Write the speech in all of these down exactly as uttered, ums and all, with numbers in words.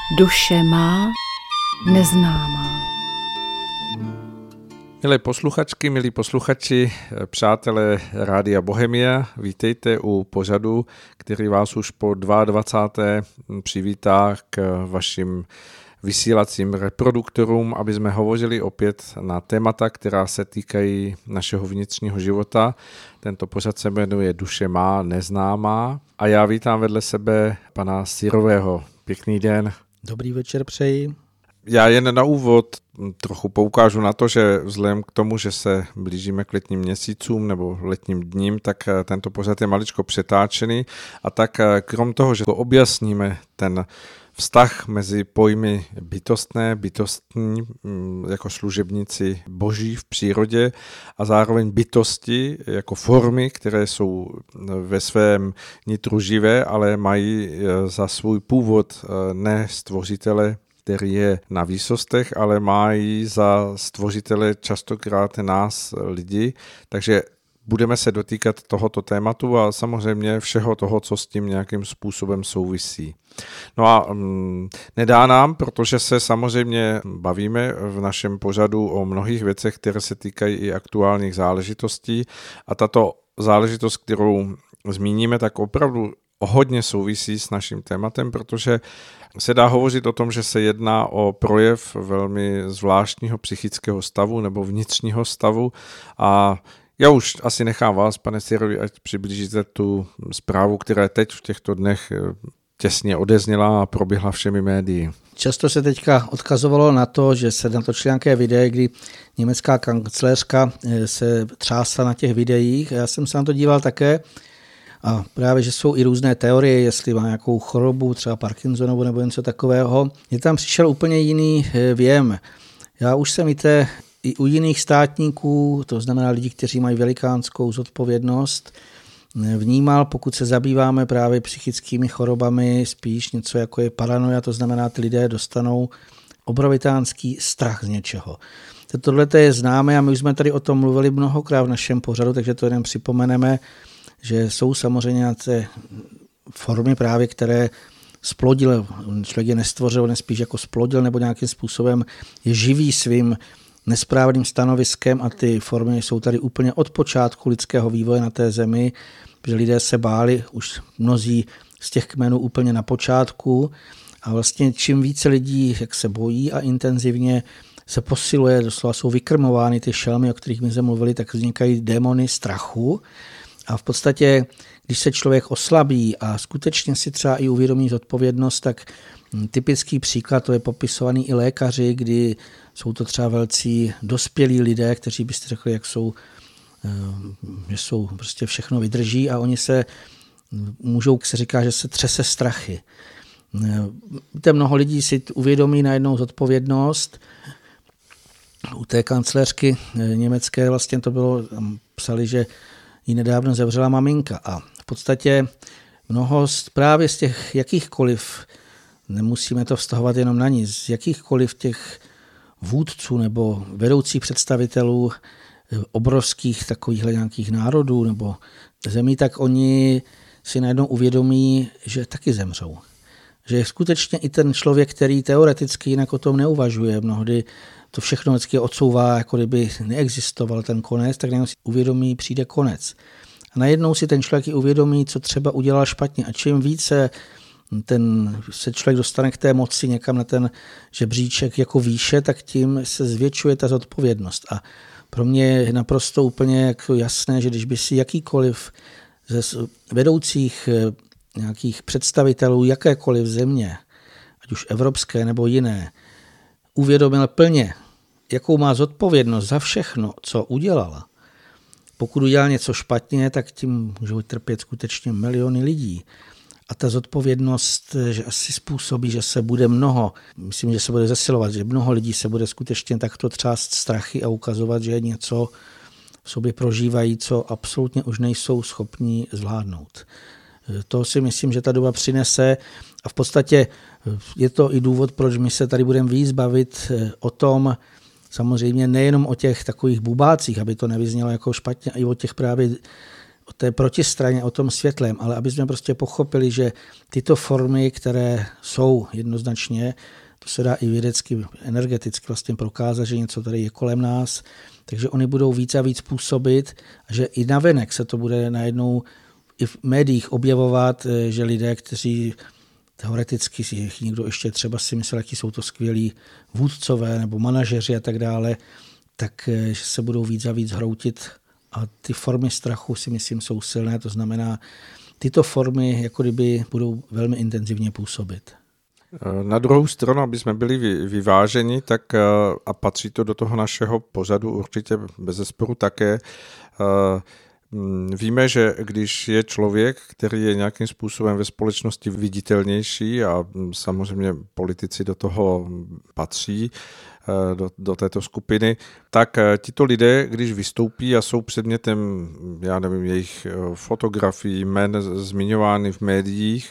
Duše má neznámá. Milé posluchačky, milí posluchači, přátelé Rádia Bohemia, vítejte u pořadu, který vás už po dvacáté druhé přivítá k vašim vysílacím reproduktorům, aby jsme hovořili opět na témata, která se týkají našeho vnitřního života. Tento pořad se jmenuje Duše má neznámá a já vítám vedle sebe pana Syrového. Pěkný den. Dobrý večer přeji. Já jen na úvod trochu poukážu na to, že vzhledem k tomu, že se blížíme k letním měsícům nebo letním dním, tak tento pořad je maličko přetáčený a tak krom toho, že to objasníme ten vztah mezi pojmy bytostné, bytostní jako služebníci boží v přírodě a zároveň bytosti jako formy, které jsou ve svém nitru živé, ale mají za svůj původ ne stvořitele, který je na výsostech, ale mají za stvořitele častokrát nás lidi, takže budeme se dotýkat tohoto tématu a samozřejmě všeho toho, co s tím nějakým způsobem souvisí. No a mm, nedá nám, protože se samozřejmě bavíme v našem pořadu o mnohých věcech, které se týkají i aktuálních záležitostí a tato záležitost, kterou zmíníme, tak opravdu hodně souvisí s naším tématem, protože se dá hovořit o tom, že se jedná o projev velmi zvláštního psychického stavu nebo vnitřního stavu a já už asi nechám vás, pane Syrovi, ať přiblížíte tu zprávu, která teď v těchto dnech těsně odezněla a proběhla všemi médii. Často se teďka odkazovalo na to, že se natočily nějaké videa, kdy německá kancléřka se třásla na těch videích. Já jsem se na to díval také a právě, že jsou i různé teorie, jestli má nějakou chorobu, třeba Parkinsonovu nebo něco takového. Mně tam přišel úplně jiný věm. Já už jsem i té i u jiných státníků, to znamená lidí, kteří mají velikánskou zodpovědnost, vnímal, pokud se zabýváme právě psychickými chorobami, spíš něco jako je paranoia, to znamená, ty lidé dostanou obrovitánský strach z něčeho. Tohle je známé a my už jsme tady o tom mluvili mnohokrát v našem pořadu, takže to jen připomeneme, že jsou samozřejmě nějaké formy právě, které splodil, člověk je nestvořil, on spíš jako splodil nebo nějakým způsobem je živý svým nesprávným stanoviskem a ty formy jsou tady úplně od počátku lidského vývoje na té zemi, že lidé se báli, už mnozí z těch kmenů úplně na počátku a vlastně čím více lidí jak se bojí a intenzivně se posiluje, doslova jsou vykrmovány ty šelmy, o kterých my jsme mluvili, tak vznikají démony strachu a v podstatě, když se člověk oslabí a skutečně si třeba i uvědomí zodpovědnost, tak typický příklad, to je popisovaný i lékaři, kdy jsou to třeba velcí dospělí lidé, kteří byste řekli, jak jsou, že jsou prostě všechno vydrží a oni se můžou, se říká, že se třese strachy. Víte, mnoho lidí si uvědomí najednou zodpovědnost. U té kancléřky německé vlastně to bylo, psali, že jí nedávno zemřela maminka a v podstatě mnoho právě z těch jakýchkoliv, nemusíme to vztahovat jenom na ní, z jakýchkoliv těch vůdců nebo vedoucích představitelů obrovských takovýchhle nějakých národů nebo zemí, tak oni si najednou uvědomí, že taky zemřou. Že skutečně i ten člověk, který teoreticky jinak o tom neuvažuje, mnohdy to všechno vždycky odsouvá, jako kdyby neexistoval ten konec, tak najednou si uvědomí, přijde konec. A najednou si ten člověk i uvědomí, co třeba udělal špatně. A čím více ten se člověk dostane k té moci někam na ten žebříček jako výše, tak tím se zvětšuje ta zodpovědnost. A pro mě je naprosto úplně jako jasné, že když by si jakýkoliv ze vedoucích nějakých představitelů jakékoliv země, ať už evropské nebo jiné, uvědomil plně, jakou má zodpovědnost za všechno, co udělala. Pokud udělal něco špatně, tak tím můžou trpět skutečně miliony lidí. A ta zodpovědnost, že asi způsobí, že se bude mnoho, myslím, že se bude zesilovat, že mnoho lidí se bude skutečně takto třást strachy a ukazovat, že něco v sobě prožívají, co absolutně už nejsou schopní zvládnout. To si myslím, že ta doba přinese a v podstatě je to i důvod, proč my se tady budeme víc bavit o tom, samozřejmě nejenom o těch takových bubácích, aby to nevyznělo jako špatně, a i o těch právě o té protistraně, o tom světlém, ale aby jsme prostě pochopili, že tyto formy, které jsou jednoznačně, to se dá i vědecky, energeticky vlastně prokázat, že něco tady je kolem nás, takže oni budou víc a víc působit a že i navenek se to bude najednou i v médiích objevovat, že lidé, kteří teoreticky si někdo ještě třeba si myslel, jaký jsou to skvělí vůdcové nebo manažeři a tak dále, tak že se budou víc a víc hroutit a ty formy strachu si myslím jsou silné, to znamená, tyto formy jako kdyby budou velmi intenzivně působit. Na druhou stranu, aby jsme byli vyváženi, tak a patří to do toho našeho pořadu určitě bezesporu také. Víme, že když je člověk, který je nějakým způsobem ve společnosti viditelnější a samozřejmě politici do toho patří, do, do této skupiny, tak tito lidé, když vystoupí a jsou předmětem, já nevím, jejich fotografií, jmen zmiňovány v médiích,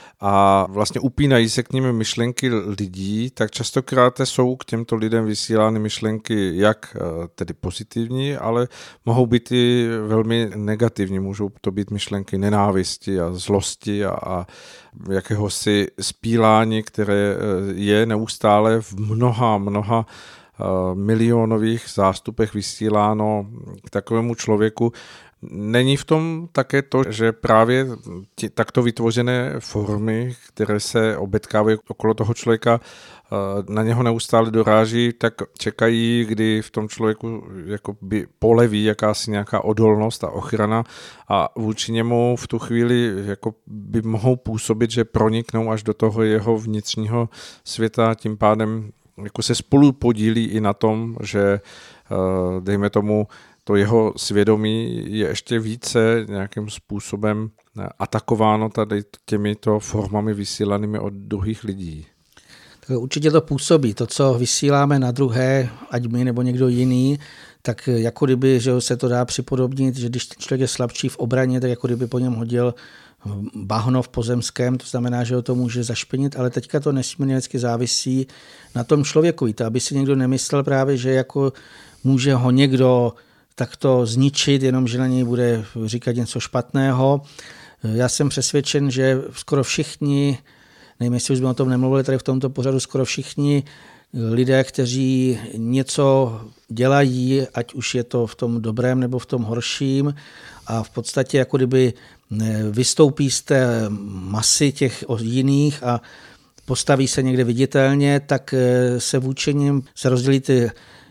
a vlastně upínají se k nim myšlenky lidí, tak častokrát jsou k těmto lidem vysílány myšlenky jak tedy pozitivní, ale mohou být i velmi negativní. Můžou to být myšlenky nenávisti a zlosti a, a jakéhosi spílání, které je neustále v mnoha, mnoha milionových zástupech vysíláno k takovému člověku. Není v tom také to, že právě tí, takto vytvořené formy, které se obetkávají okolo toho člověka, na něho neustále doráží, tak čekají, kdy v tom člověku jakoby poleví jakási nějaká odolnost a ochrana a vůči němu v tu chvíli jako by mohou působit, že proniknou až do toho jeho vnitřního světa, tím pádem jako se spolu podílí i na tom, že dejme tomu, to jeho svědomí je ještě více nějakým způsobem atakováno tady těmito formami vysílanými od druhých lidí. Tak určitě to působí. To, co vysíláme na druhé, ať my nebo někdo jiný, tak jako kdyby, že se to dá připodobnit, že když ten člověk je slabší v obraně, tak jako kdyby po něm hodil bahno v pozemském, to znamená, že ho to může zašpinit, ale teďka to nesmírně vždycky závisí na tom člověku. To, aby si někdo nemyslel právě, že jako může ho někdo takto zničit, jenom že na něj bude říkat něco špatného. Já jsem přesvědčen, že skoro všichni, nevím, jestli už jsme o tom nemluvili tady v tomto pořadu, skoro všichni lidé, kteří něco dělají, ať už je to v tom dobrém nebo v tom horším a v podstatě jako kdyby vystoupí z té masy těch jiných a postaví se někde viditelně, tak se vůči nim se rozdělí ty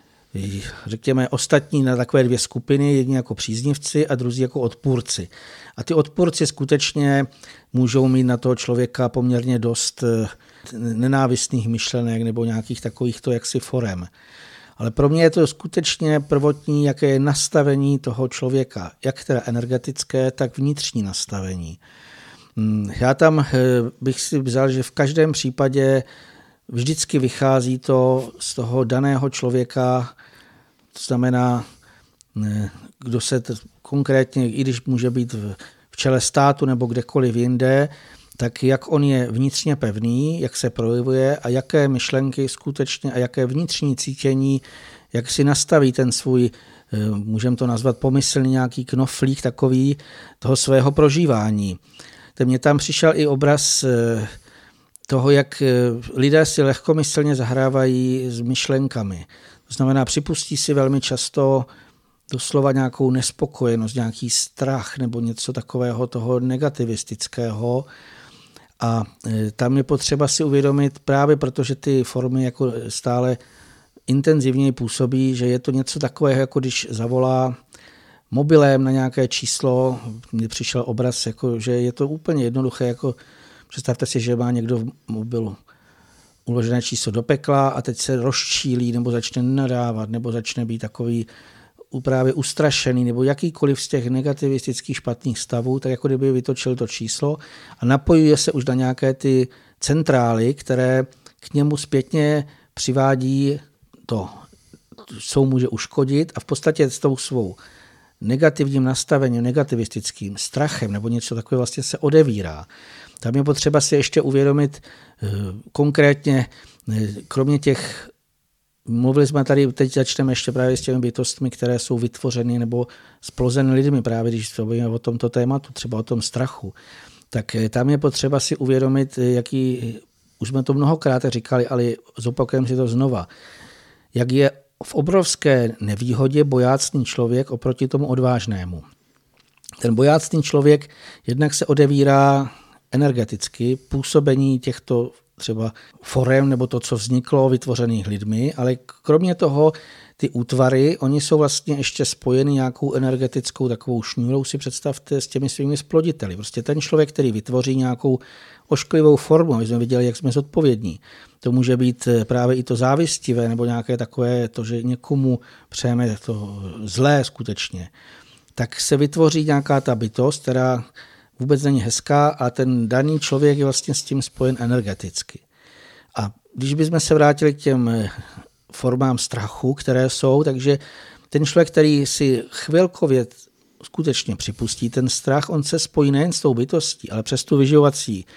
řekněme ostatní na takové dvě skupiny, jedni jako příznivci a druzí jako odpůrci. A ty odpůrci skutečně můžou mít na toho člověka poměrně dost nenávistných myšlenek nebo nějakých takovýchto jaksi forem. Ale pro mě je to skutečně prvotní, jaké je nastavení toho člověka, jak teda energetické, tak vnitřní nastavení. Já tam bych si vzal, že v každém případě vždycky vychází to z toho daného člověka, to znamená, kdo se t- konkrétně, i když může být v, v čele státu nebo kdekoliv jinde, tak jak on je vnitřně pevný, jak se projevuje a jaké myšlenky skutečně a jaké vnitřní cítění, jak si nastaví ten svůj, můžeme to nazvat pomyslný nějaký knoflík takový toho svého prožívání. Tak mně tam přišel i obraz toho, jak lidé si lehkomyslně zahrávají s myšlenkami. To znamená, připustí si velmi často doslova nějakou nespokojenost, nějaký strach nebo něco takového toho negativistického. A tam je potřeba si uvědomit právě protože ty formy jako stále intenzivněji působí, že je to něco takového, jako když zavolá mobilem na nějaké číslo, mně přišel obraz, jako, že je to úplně jednoduché, jako představte si, že má někdo v mobilu uložené číslo do pekla a teď se rozčílí nebo začne nadávat nebo začne být takový právě ustrašený nebo jakýkoliv z těch negativistických špatných stavů, tak jako kdyby vytočil to číslo a napojuje se už na nějaké ty centrály, které k němu zpětně přivádí to, co může uškodit a v podstatě s tou svou negativním nastavením, negativistickým strachem nebo něco takové vlastně se odevírá. Tam je potřeba si ještě uvědomit konkrétně, kromě těch Mluvili jsme tady, teď začneme ještě právě s těmi bytostmi, které jsou vytvořeny nebo splozeny lidmi, právě když se bavíme o tomto tématu, třeba o tom strachu. Tak tam je potřeba si uvědomit, jaký, už jsme to mnohokrát říkali, ale zopakujeme si to znova, jak je v obrovské nevýhodě bojácný člověk oproti tomu odvážnému. Ten bojácný člověk jednak se odevírá energeticky působení těchto třeba forem nebo to, co vzniklo, vytvořených lidmi, ale kromě toho ty útvary, oni jsou vlastně ještě spojeny nějakou energetickou takovou šňůrou, si představte, s těmi svými sploditeli. Prostě ten člověk, který vytvoří nějakou ošklivou formu, aby jsme viděli, jak jsme zodpovědní. To může být právě i to závistivé nebo nějaké takové to, že někomu přejeme to zlé skutečně. Tak se vytvoří nějaká ta bytost, která vůbec není hezká a ten daný člověk je vlastně s tím spojen energeticky. A když bychom se vrátili k těm formám strachu, které jsou, takže ten člověk, který si chvilkově skutečně připustí ten strach, on se spojí nejen s tou bytostí, ale přes tu vyživovací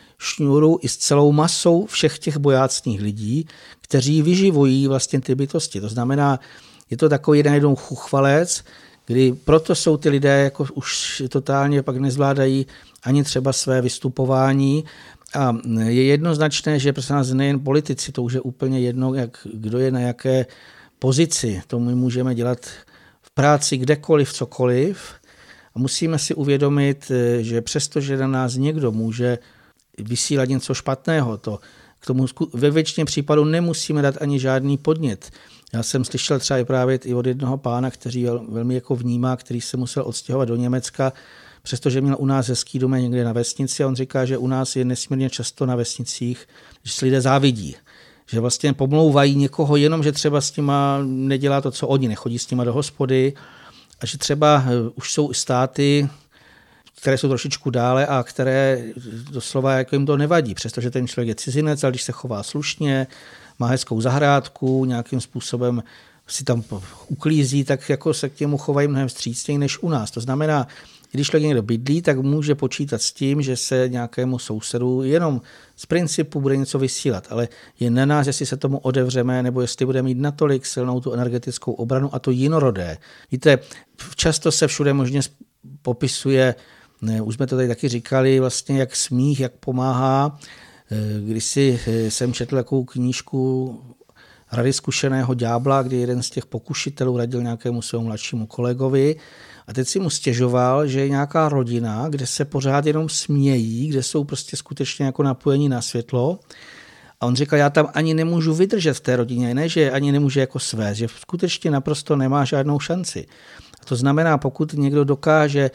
šňůru i s celou masou všech těch bojácných lidí, kteří vyživují vlastně ty bytosti. To znamená, je to takový jeden jednou chuchvalec, kdy proto jsou ty lidé jako už totálně pak nezvládají ani třeba své vystupování a je jednoznačné, že prostě nás nejen politici, to už je úplně jedno, jak, kdo je na jaké pozici, to my můžeme dělat v práci kdekoliv, cokoliv a musíme si uvědomit, že přestože na nás někdo může vysílat něco špatného, to k tomu ve většině případů nemusíme dát ani žádný podnět. Já jsem slyšel třeba i právě i od jednoho pána, který velmi jako vnímá, který se musel odstěhovat do Německa, přestože měl u nás hezký dům někde na vesnici a on říká, že u nás je nesmírně často na vesnicích, že si lidé závidí. Že vlastně pomlouvají někoho jenom, že třeba s nima nedělá to, co oni, nechodí s nima do hospody a že třeba už jsou státy, které jsou trošičku dále a které doslova jako jim to nevadí, přestože ten člověk je cizinec, ale když se chová slušně, má hezkou zahrádku, nějakým způsobem si tam uklízí, tak jako se k němu chovají mnohem vstřícněji než u nás. To znamená, když člověk někdo bydlí, tak může počítat s tím, že se nějakému sousedu jenom z principu bude něco vysílat, ale je na nás, jestli se tomu odevřeme, nebo jestli budeme mít natolik silnou tu energetickou obranu a to jinorodé. Víte, často se všude možně popisuje, ne, už jsme to tady taky říkali, vlastně jak smích, jak pomáhá. Když si jsem četl takovou knížku Rady zkušeného ďábla, kdy jeden z těch pokušitelů radil nějakému svému mladšímu kolegovi a teď si mu stěžoval, že je nějaká rodina, kde se pořád jenom smějí, kde jsou prostě skutečně jako napojení na světlo. A on říkal, já tam ani nemůžu vydržet v té rodině, ne, že ani nemůže jako svést, že skutečně naprosto nemá žádnou šanci. A to znamená, pokud někdo dokáže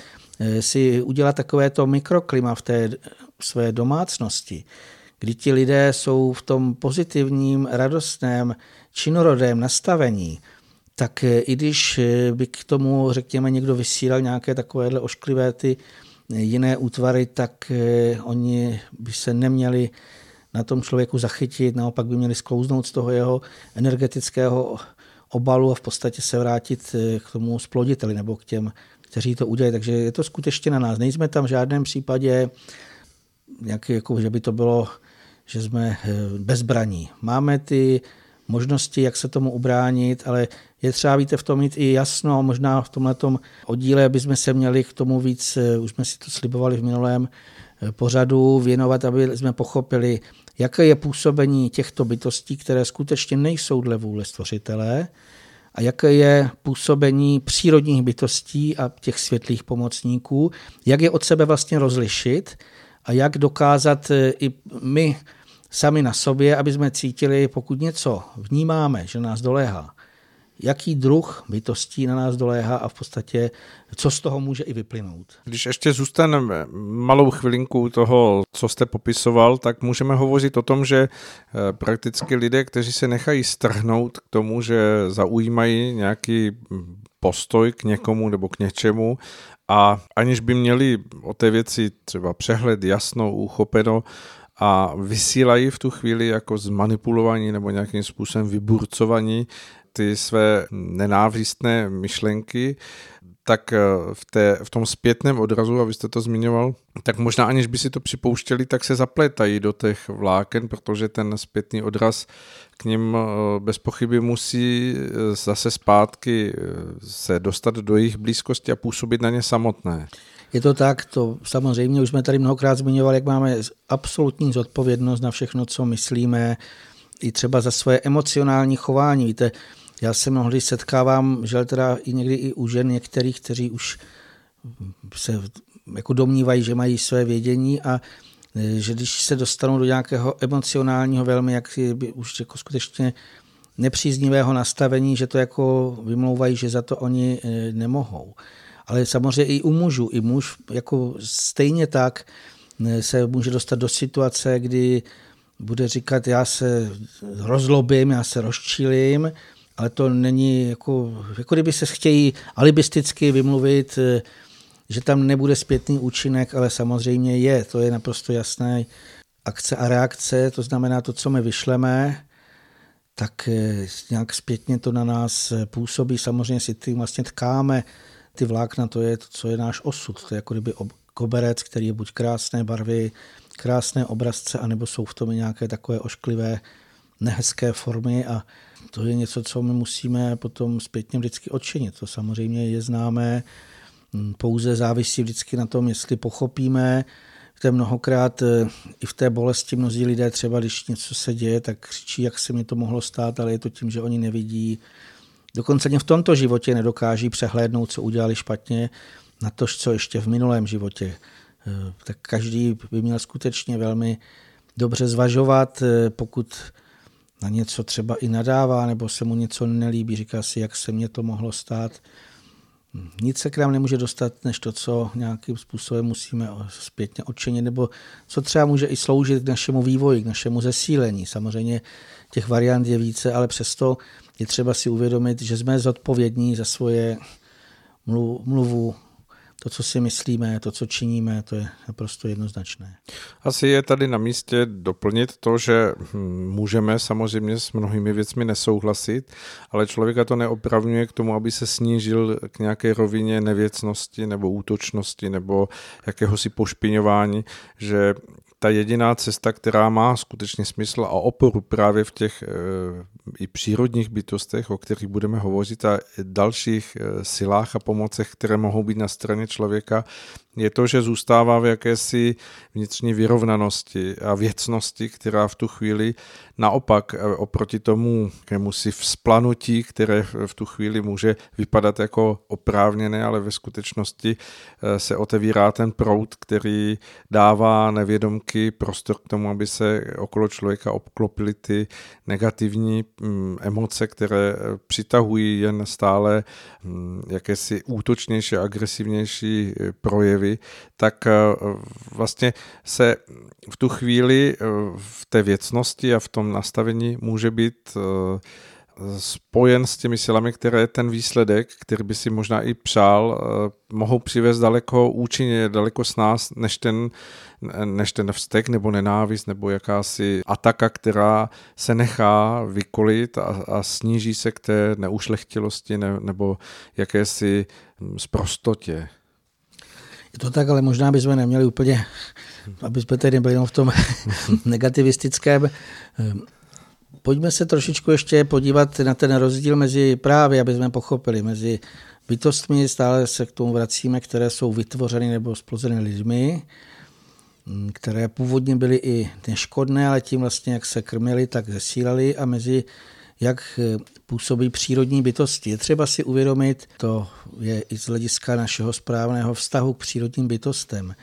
si udělat takovéto mikroklima v té své domácnosti, kdy ti lidé jsou v tom pozitivním, radostném, činorodém nastavení, tak i když by k tomu, řekněme, někdo vysílal nějaké takovéhle ošklivé ty jiné útvary, tak oni by se neměli na tom člověku zachytit, naopak by měli sklouznout z toho jeho energetického obalu a v podstatě se vrátit k tomu sploditeli nebo k těm, kteří to udělají. Takže je to skutečně na nás. Nejsme tam v žádném případě, nějaký, jako, že by to bylo, že jsme bezbraní. Máme ty možnosti, jak se tomu ubránit, ale je třeba, víte, v tom mít i jasno, možná v tomhletom oddíle bychom se měli k tomu víc, už jsme si to slibovali v minulém pořadu, věnovat, aby jsme pochopili, jaké je působení těchto bytostí, které skutečně nejsou dle vůle stvořitele, a jaké je působení přírodních bytostí a těch světlých pomocníků, jak je od sebe vlastně rozlišit a jak dokázat i my sami na sobě, aby jsme cítili, pokud něco vnímáme, že nás doléhá, jaký druh bytostí na nás doléhá a v podstatě co z toho může i vyplynout. Když ještě zůstaneme malou chvilinku toho, co jste popisoval, tak můžeme hovořit o tom, že prakticky lidé, kteří se nechají strhnout k tomu, že zaujímají nějaký postoj k někomu nebo k něčemu a aniž by měli o té věci třeba přehled, jasno, uchopeno, a vysílají v tu chvíli jako zmanipulovaní nebo nějakým způsobem vyburcovaní ty své nenávistné myšlenky, tak v, té, v tom zpětném odrazu, a vy jste to zmiňoval, tak možná aniž by si to připouštěli, tak se zaplétají do těch vláken, protože ten zpětný odraz k nim bez pochyby musí zase zpátky se dostat do jejich blízkosti a působit na ně samotné. Je to tak, to samozřejmě už jsme tady mnohokrát zmiňovali, jak máme absolutní zodpovědnost na všechno, co myslíme, i třeba za svoje emocionální chování. Víte, já se mnohdy setkávám, že teda i někdy i u žen některých, kteří už se jako domnívají, že mají své vědění a že když se dostanou do nějakého emocionálního velmi, jak by už jako skutečně nepříznivého nastavení, že to jako vymlouvají, že za to oni nemohou. Ale samozřejmě i u mužů, i muž jako stejně tak se může dostat do situace, kdy bude říkat, já se rozlobím, já se rozčílím, ale to není jako, jako kdyby se chtějí alibisticky vymluvit, že tam nebude zpětný účinek, ale samozřejmě je, to je naprosto jasné. Akce a reakce, to znamená to, co my vyšleme, tak nějak zpětně to na nás působí. Samozřejmě si tím vlastně tkáme ty vlákna, to je to, co je náš osud. To je jako kdyby koberec, který je buď krásné barvy, krásné obrazce, anebo jsou v tom nějaké takové ošklivé, nehezké formy a to je něco, co my musíme potom zpětně vždycky odčinit. To samozřejmě je známé, pouze závisí vždycky na tom, jestli pochopíme. To je mnohokrát i v té bolesti mnozí lidé třeba, když něco se děje, tak křičí, jak se mi to mohlo stát, ale je to tím, že oni nevidí. Dokonce ani v tomto životě nedokáží přehlédnout, co udělali špatně, na to, co ještě v minulém životě. Tak každý by měl skutečně velmi dobře zvažovat, pokud na něco třeba i nadává, nebo se mu něco nelíbí, říká si, jak se mně to mohlo stát. Nic se k nám nemůže dostat, než to, co nějakým způsobem musíme zpětně odčinit, nebo co třeba může i sloužit k našemu vývoji, k našemu zesílení. Samozřejmě těch variant je více, ale přesto je třeba si uvědomit, že jsme zodpovědní za svoje mluvu, to, co si myslíme, to, co činíme, to je naprosto jednoznačné. Asi je tady na místě doplnit to, že můžeme samozřejmě s mnohými věcmi nesouhlasit, ale člověka to neopravňuje k tomu, aby se snížil k nějaké rovině nevěcnosti nebo útočnosti nebo jakéhosi pošpiňování, že ta jediná cesta, která má skutečně smysl a oporu právě v těch e, i přírodních bytostech, o kterých budeme hovořit, a dalších e, silách a pomocech, které mohou být na straně člověka, je to, že zůstává v jakési vnitřní vyrovnanosti a věcnosti, která v tu chvíli naopak oproti tomu jakémusi vzplanutí, které v tu chvíli může vypadat jako oprávněné, ale ve skutečnosti se otevírá ten proud, který dává nevědomky prostor k tomu, aby se okolo člověka obklopily ty negativní emoce, které přitahují jen stále jakési útočnější, agresivnější projevy, tak vlastně se v tu chvíli v té věcnosti a v tom nastavení může být spojen s těmi silami, které ten výsledek, který by si možná i přál, mohou přivést daleko účinně, daleko s nás, než ten, než ten vztek nebo nenávist nebo jakási ataka, která se nechá vykolit a, a sníží se k té neušlechtilosti ne, nebo jakési sprostotě. Je to tak, ale možná bychom neměli úplně, aby jsme tady nebyli jenom v tom negativistickém. Pojďme se trošičku ještě podívat na ten rozdíl mezi právě, aby jsme pochopili, mezi bytostmi, stále se k tomu vracíme, které jsou vytvořeny nebo splozeny lidmi, které původně byly i neškodné, ale tím vlastně, jak se krmili, tak zesílali, a mezi jak působí přírodní bytosti. Je třeba si uvědomit, to je i z hlediska našeho správného vztahu k přírodním bytostem.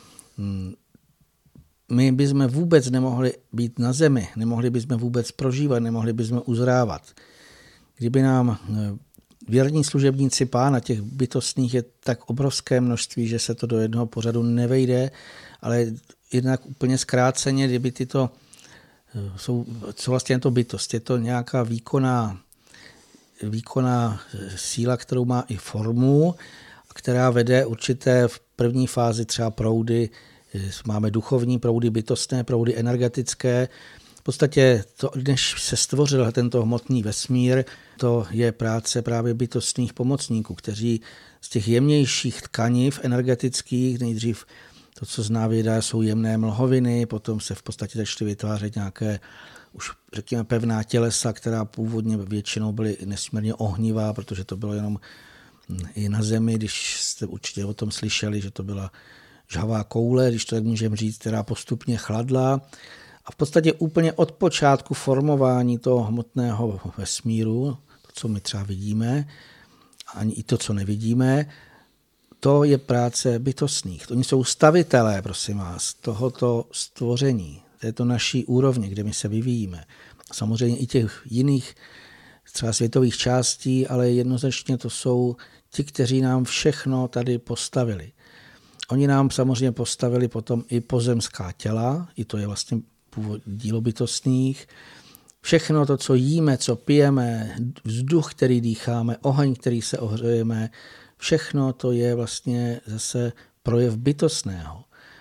My bychom vůbec nemohli být na zemi, nemohli bychom vůbec prožívat, nemohli bychom uzrávat. Kdyby nám věrní služebníci Pána, těch bytostných je tak obrovské množství, že se to do jednoho pořadu nevejde, ale jednak úplně zkráceně, kdyby tyto jsou, co vlastně je to bytost, je to nějaká výkonná, výkonná síla, kterou má i formu, která vede určité v první fázi třeba proudy, máme duchovní proudy, bytostné proudy, energetické, podstatě to, než se stvořil tento hmotný vesmír, to je práce právě bytostných pomocníků, kteří z těch jemnějších tkaniv energetických, nejdřív to, co zná věda, jsou jemné mlhoviny, potom se v podstatě začaly vytvářet nějaké už řekněme pevná tělesa, která původně většinou byly nesmírně ohnivá, protože to bylo jenom i na Zemi, když jste určitě o tom slyšeli, že to byla žhavá koule, když to tak můžeme říct, která postupně chladla. A v podstatě úplně od počátku formování toho hmotného vesmíru, to, co my třeba vidíme, ani i to, co nevidíme, to je práce bytostných. Oni jsou stavitelé, prosím vás, tohoto stvoření, této naší úrovně, kde my se vyvíjíme. Samozřejmě i těch jiných třeba světových částí, ale jednoznačně to jsou ti, kteří nám všechno tady postavili. Oni nám samozřejmě postavili potom i pozemská těla, i to je vlastně dílo bytostných. Všechno to, co jíme, co pijeme, vzduch, který dýcháme, oheň, který se ohřejeme, všechno to je vlastně zase projev bytostného.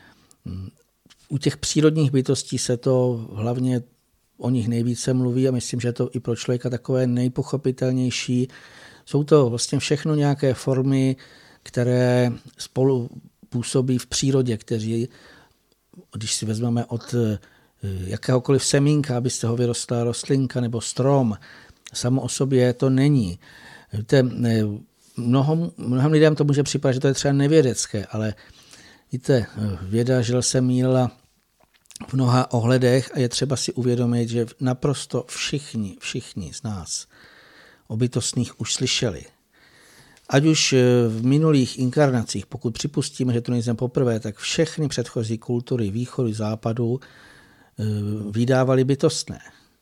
U těch přírodních bytostí se to hlavně o nich nejvíce mluví a myslím, že je to i pro člověka takové nejpochopitelnější. Jsou to vlastně všechno nějaké formy, které spolu působí v přírodě, kteří, když si vezmeme od jakéhokoliv semínka, aby z toho vyrostla rostlinka nebo strom, samo o sobě to není. Víte, mnoho, mnohým lidem to může připadat, že to je třeba nevědecké, ale víte, věda žil se mýlila v mnoha ohledech a je třeba si uvědomit, že naprosto všichni, všichni z nás o bytostných už slyšeli. Ať už v minulých inkarnacích, pokud připustíme, že to nejsme poprvé, tak všechny předchozí kultury východu, západu vydávali bytostné.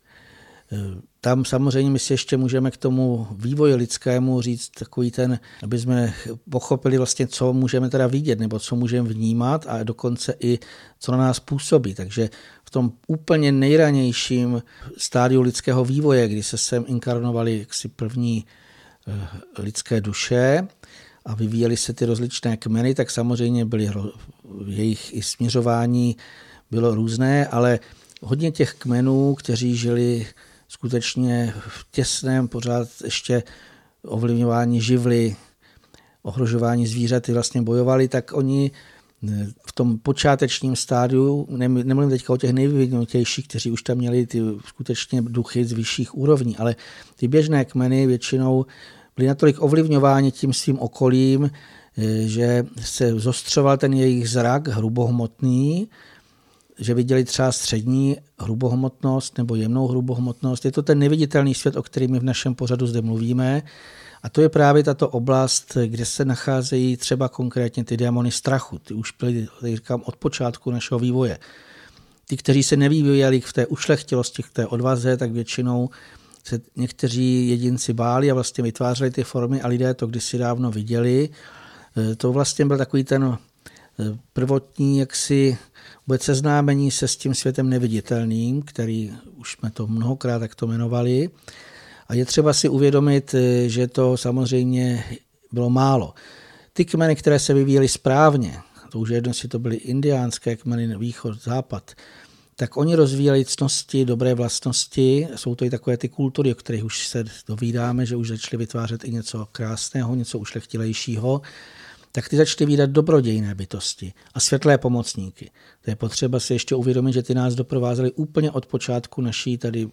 Tam samozřejmě my si ještě můžeme k tomu vývoji lidskému říct takový ten, aby jsme pochopili vlastně, co můžeme teda vidět, nebo co můžeme vnímat a dokonce i co na nás působí. Takže v tom úplně nejranějším stádiu lidského vývoje, kdy se sem inkarnovaly jaksi první lidské duše a vyvíjely se ty rozličné kmeny, tak samozřejmě byly jejich i směřování bylo různé, ale hodně těch kmenů, kteří žili skutečně v těsném pořád ještě ovlivňování živly, ohrožování zvířaty vlastně bojovali, tak oni v tom počátečním stádiu, nemluvím teďka o těch nejvyvinutějších, kteří už tam měli ty skutečně duchy z vyšších úrovní, ale ty běžné kmeny většinou byly natolik ovlivňováni tím svým okolím, že se zostřoval ten jejich zrak hrubohmotný, že viděli třeba střední hrubohmotnost nebo jemnou hrubohmotnost. Je to ten neviditelný svět, o kterém my v našem pořadu zde mluvíme. A to je právě tato oblast, kde se nacházejí třeba konkrétně ty démony strachu. Ty už byly, tak říkám, od počátku našeho vývoje. Ty, kteří se nevyvíjeli v té ušlechtilosti, v té odvaze, tak většinou se někteří jedinci báli a vlastně vytvářeli ty formy a lidé to kdysi dávno viděli. To vlastně byl takový ten prvotní jaksi vůbec seznámení se s tím světem neviditelným, který už jsme to mnohokrát takto jmenovali. A je třeba si uvědomit, že to samozřejmě bylo málo. Ty kmeny, které se vyvíjely správně, to už jedno si to byly indiánské kmeny, východ, západ, tak oni rozvíjeli ctnosti, dobré vlastnosti. Jsou to i takové ty kultury, o kterých už se dovídáme, že už začaly vytvářet i něco krásného, něco ušlechtilejšího. Tak ty začaly vídat dobrodějné bytosti a světlé pomocníky. To je potřeba si ještě uvědomit, že ty nás doprovázely úplně od počátku naší tady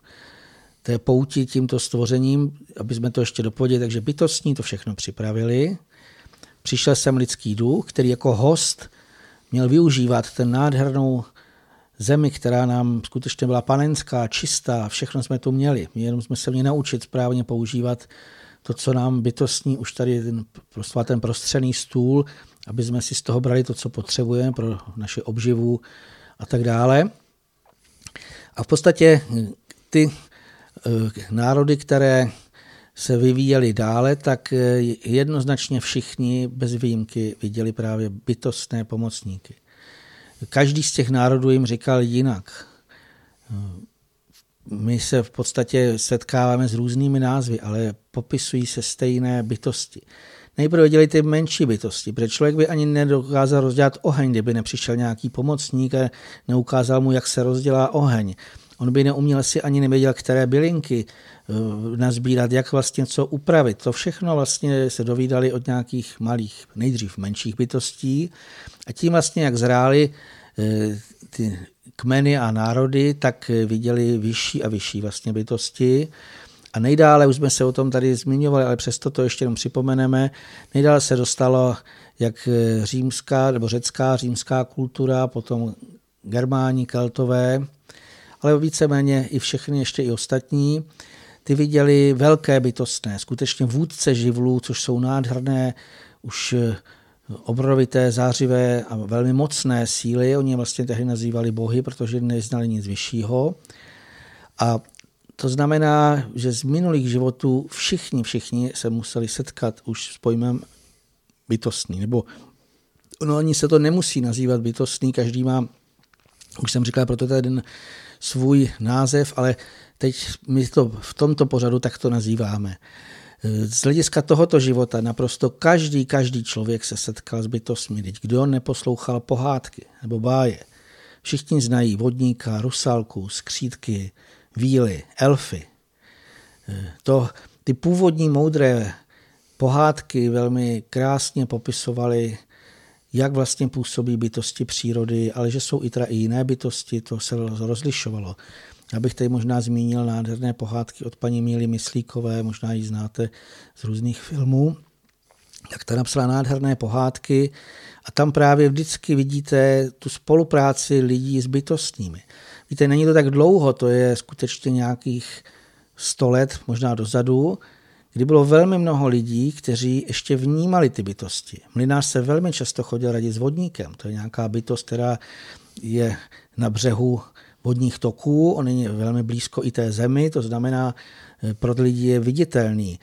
té pouti tímto stvořením, aby jsme to ještě dopověděli, takže bytostní to všechno připravili. Přišel sem lidský duch, který jako host měl využívat ten nádhernou zemi, která nám skutečně byla panenská, čistá, všechno jsme tu měli. My jenom jsme se měli naučit správně používat to, co nám bytostní, už tady ten, prostě ten prostřený stůl, aby jsme si z toho brali to, co potřebujeme pro naši obživu a tak dále. A v podstatě ty národy, které se vyvíjely dále, tak jednoznačně všichni bez výjimky viděli právě bytostné pomocníky. Každý z těch národů jim říkal jinak. My se v podstatě setkáváme s různými názvy, ale popisují se stejné bytosti. Nejprve viděli ty menší bytosti, protože člověk by ani nedokázal rozdělat oheň, kdyby nepřišel nějaký pomocník a neukázal mu, jak se rozdělá oheň. On by neuměl si ani nevěděl, které bylinky nazbírat, jak vlastně co upravit. To všechno vlastně se dovídali od nějakých malých, nejdřív menších bytostí a tím vlastně, jak zráli ty kmeny a národy, tak viděli vyšší a vyšší vlastně bytosti. A nejdále, už jsme se o tom tady zmiňovali, ale přesto to ještě jenom připomeneme, nejdále se dostalo jak římská nebo řecká, římská kultura, potom Germáni, Keltové, ale víceméně i všechny ještě i ostatní. Ty viděli velké bytostné, skutečně vůdce živlů, což jsou nádherné, už obrovité, zářivé a velmi mocné síly. Oni je vlastně tehdy nazývali bohy, protože neznali nic vyššího. A to znamená, že z minulých životů všichni, všichni se museli setkat už s pojmem bytostný. Nebo no, ani se to nemusí nazývat bytostný, každý má, už jsem říkal, proto ten svůj název, ale teď my to v tomto pořadu tak to nazýváme. Z hlediska tohoto života naprosto každý, každý člověk se setkal s bytostmi. Kdo neposlouchal pohádky nebo báje? Všichni znají vodníka, rusalku, skřítky, víly, elfy. To, ty původní moudré pohádky velmi krásně popisovaly, jak vlastně působí bytosti přírody, ale že jsou i teda i jiné bytosti, to se rozlišovalo. Já bych tady možná zmínil nádherné pohádky od paní Míly Myslíkové, možná ji znáte z různých filmů. Tak ta napsala nádherné pohádky a tam právě vždycky vidíte tu spolupráci lidí s bytostnými. Víte, není to tak dlouho, to je skutečně nějakých sto let, možná dozadu, kdy bylo velmi mnoho lidí, kteří ještě vnímali ty bytosti. Mlynář se velmi často chodil radit s vodníkem. To je nějaká bytost, která je na břehu vodních toků, on je velmi blízko i té zemi, to znamená, pro lidi je viditelný.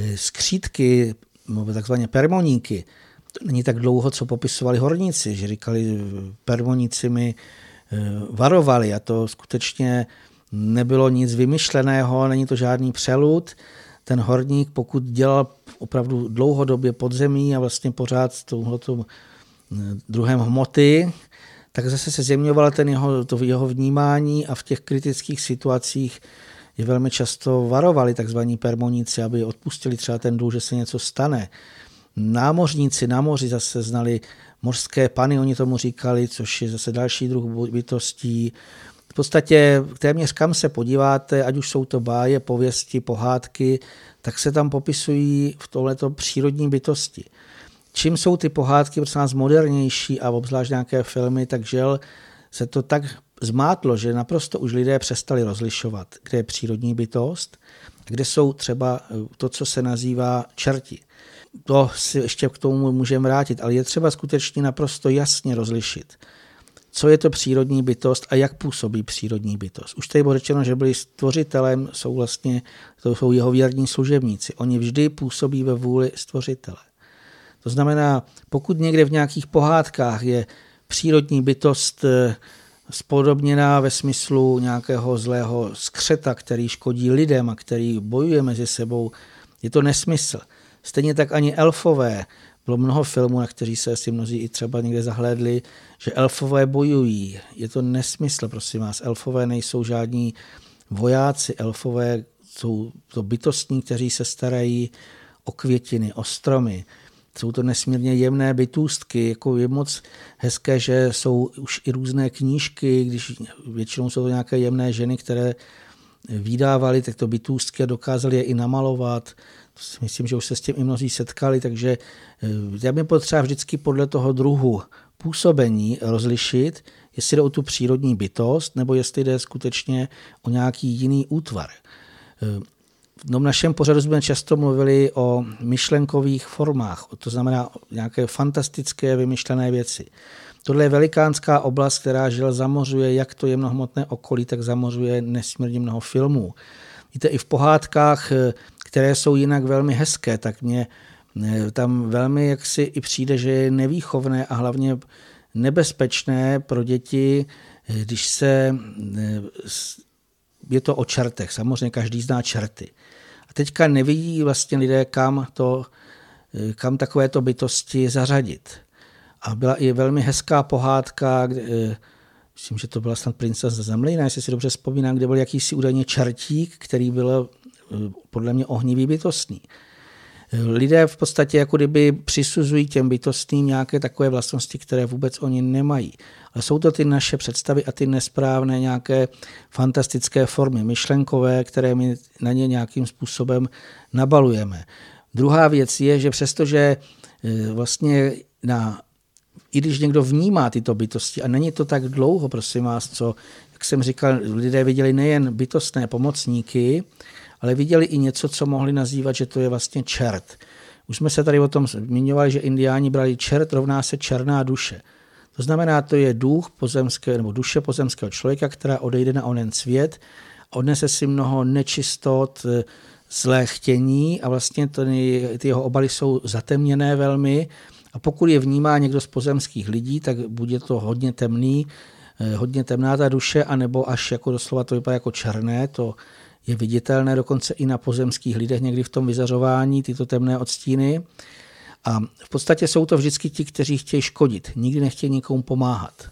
Skřítky, takzvané permoníky, to není tak dlouho, co popisovali horníci, že říkali, permoníci mi varovali a to skutečně nebylo nic vymyšleného, není to žádný přelud. Ten horník, pokud dělal opravdu dlouhodobě pod zemí a vlastně pořád s touhletou druhem hmoty, tak zase se zjemňoval ten jeho, to jeho vnímání a v těch kritických situacích je velmi často varovali takzvaní permoníci, aby odpustili třeba ten důl, že se něco stane. Námořníci na moři zase znali mořské pany, oni tomu říkali, což je zase další druh bytostí. V podstatě téměř kam se podíváte, ať už jsou to báje, pověsti, pohádky, tak se tam popisují v tohleto přírodní bytosti. Čím jsou ty pohádky prostě nás modernější a obzvlášť nějaké filmy, tak žel se to tak zmátlo, že naprosto už lidé přestali rozlišovat, kde je přírodní bytost, kde jsou třeba to, co se nazývá čerti. To si ještě k tomu můžeme vrátit, ale je třeba skutečně naprosto jasně rozlišit, co je to přírodní bytost a jak působí přírodní bytost. Už tady bylo řečeno, že byli stvořitelem, jsou vlastně, to jsou jeho věrní služebníci. Oni vždy působí ve vůli stvořitele. To znamená, pokud někde v nějakých pohádkách je přírodní bytost spodobněná ve smyslu nějakého zlého skřeta, který škodí lidem a který bojuje mezi sebou, je to nesmysl. Stejně tak ani elfové. Bylo mnoho filmů, na kteří se asi mnozí i třeba někde zahlédli, že elfové bojují. Je to nesmysl, prosím vás. Elfové nejsou žádní vojáci. Elfové jsou to bytostní, kteří se starají o květiny, o stromy. Jsou to nesmírně jemné bytůstky, jako je moc hezké, že jsou už i různé knížky, když většinou jsou to nějaké jemné ženy, které vydávaly tyto bytůstky a dokázali je i namalovat. Myslím, že už se s tím i mnozí setkali, takže já bych potřeba vždycky podle toho druhu působení rozlišit, jestli jde o tu přírodní bytost, nebo jestli jde skutečně o nějaký jiný útvar. V našem pořadu jsme často mluvili o myšlenkových formách, to znamená nějaké fantastické vymyšlené věci. Tohle je velikánská oblast, která žel zamořuje jak to jemnohmotné okolí, tak zamořuje nesmírně mnoho filmů. Víte, i v pohádkách, které jsou jinak velmi hezké, tak mě tam velmi jaksi i přijde, že je nevýchovné a hlavně nebezpečné pro děti, když se je to o čertech. Samozřejmě každý zná čerty. A teďka nevidí vlastně lidé, kam, to, kam takovéto bytosti zařadit. A byla i velmi hezká pohádka, kde myslím, že to byla snad princezna ze Zemlína, jestli si dobře vzpomínám, kde byl jakýsi údajně čertík, který byl podle mě ohnivý bytostný. Lidé v podstatě jako kdyby přisuzují těm bytostným nějaké takové vlastnosti, které vůbec oni nemají. Ale jsou to ty naše představy a ty nesprávné nějaké fantastické formy myšlenkové, které my na ně nějakým způsobem nabalujeme. Druhá věc je, že přestože vlastně na, i když někdo vnímá tyto bytosti, a není to tak dlouho, prosím vás, co, jak jsem říkal, lidé viděli nejen bytostné pomocníky, ale viděli i něco, co mohli nazývat, že to je vlastně čert. Už jsme se tady o tom zmiňovali, že indiáni brali čert rovná se černá duše. To znamená, to je duch pozemského, nebo duše pozemského člověka, která odejde na onen svět, odnese si mnoho nečistot, zlé chtění a vlastně ty, ty jeho obaly jsou zatemněné velmi. A pokud je vnímá někdo z pozemských lidí, tak bude to hodně temný, hodně temná ta duše, anebo až jako doslova to vypadá jako černé, to je viditelné dokonce i na pozemských lidech někdy v tom vyzařování, tyto temné odstíny. A v podstatě jsou to vždycky ti, kteří chtějí škodit, nikdy nechtějí nikomu pomáhat.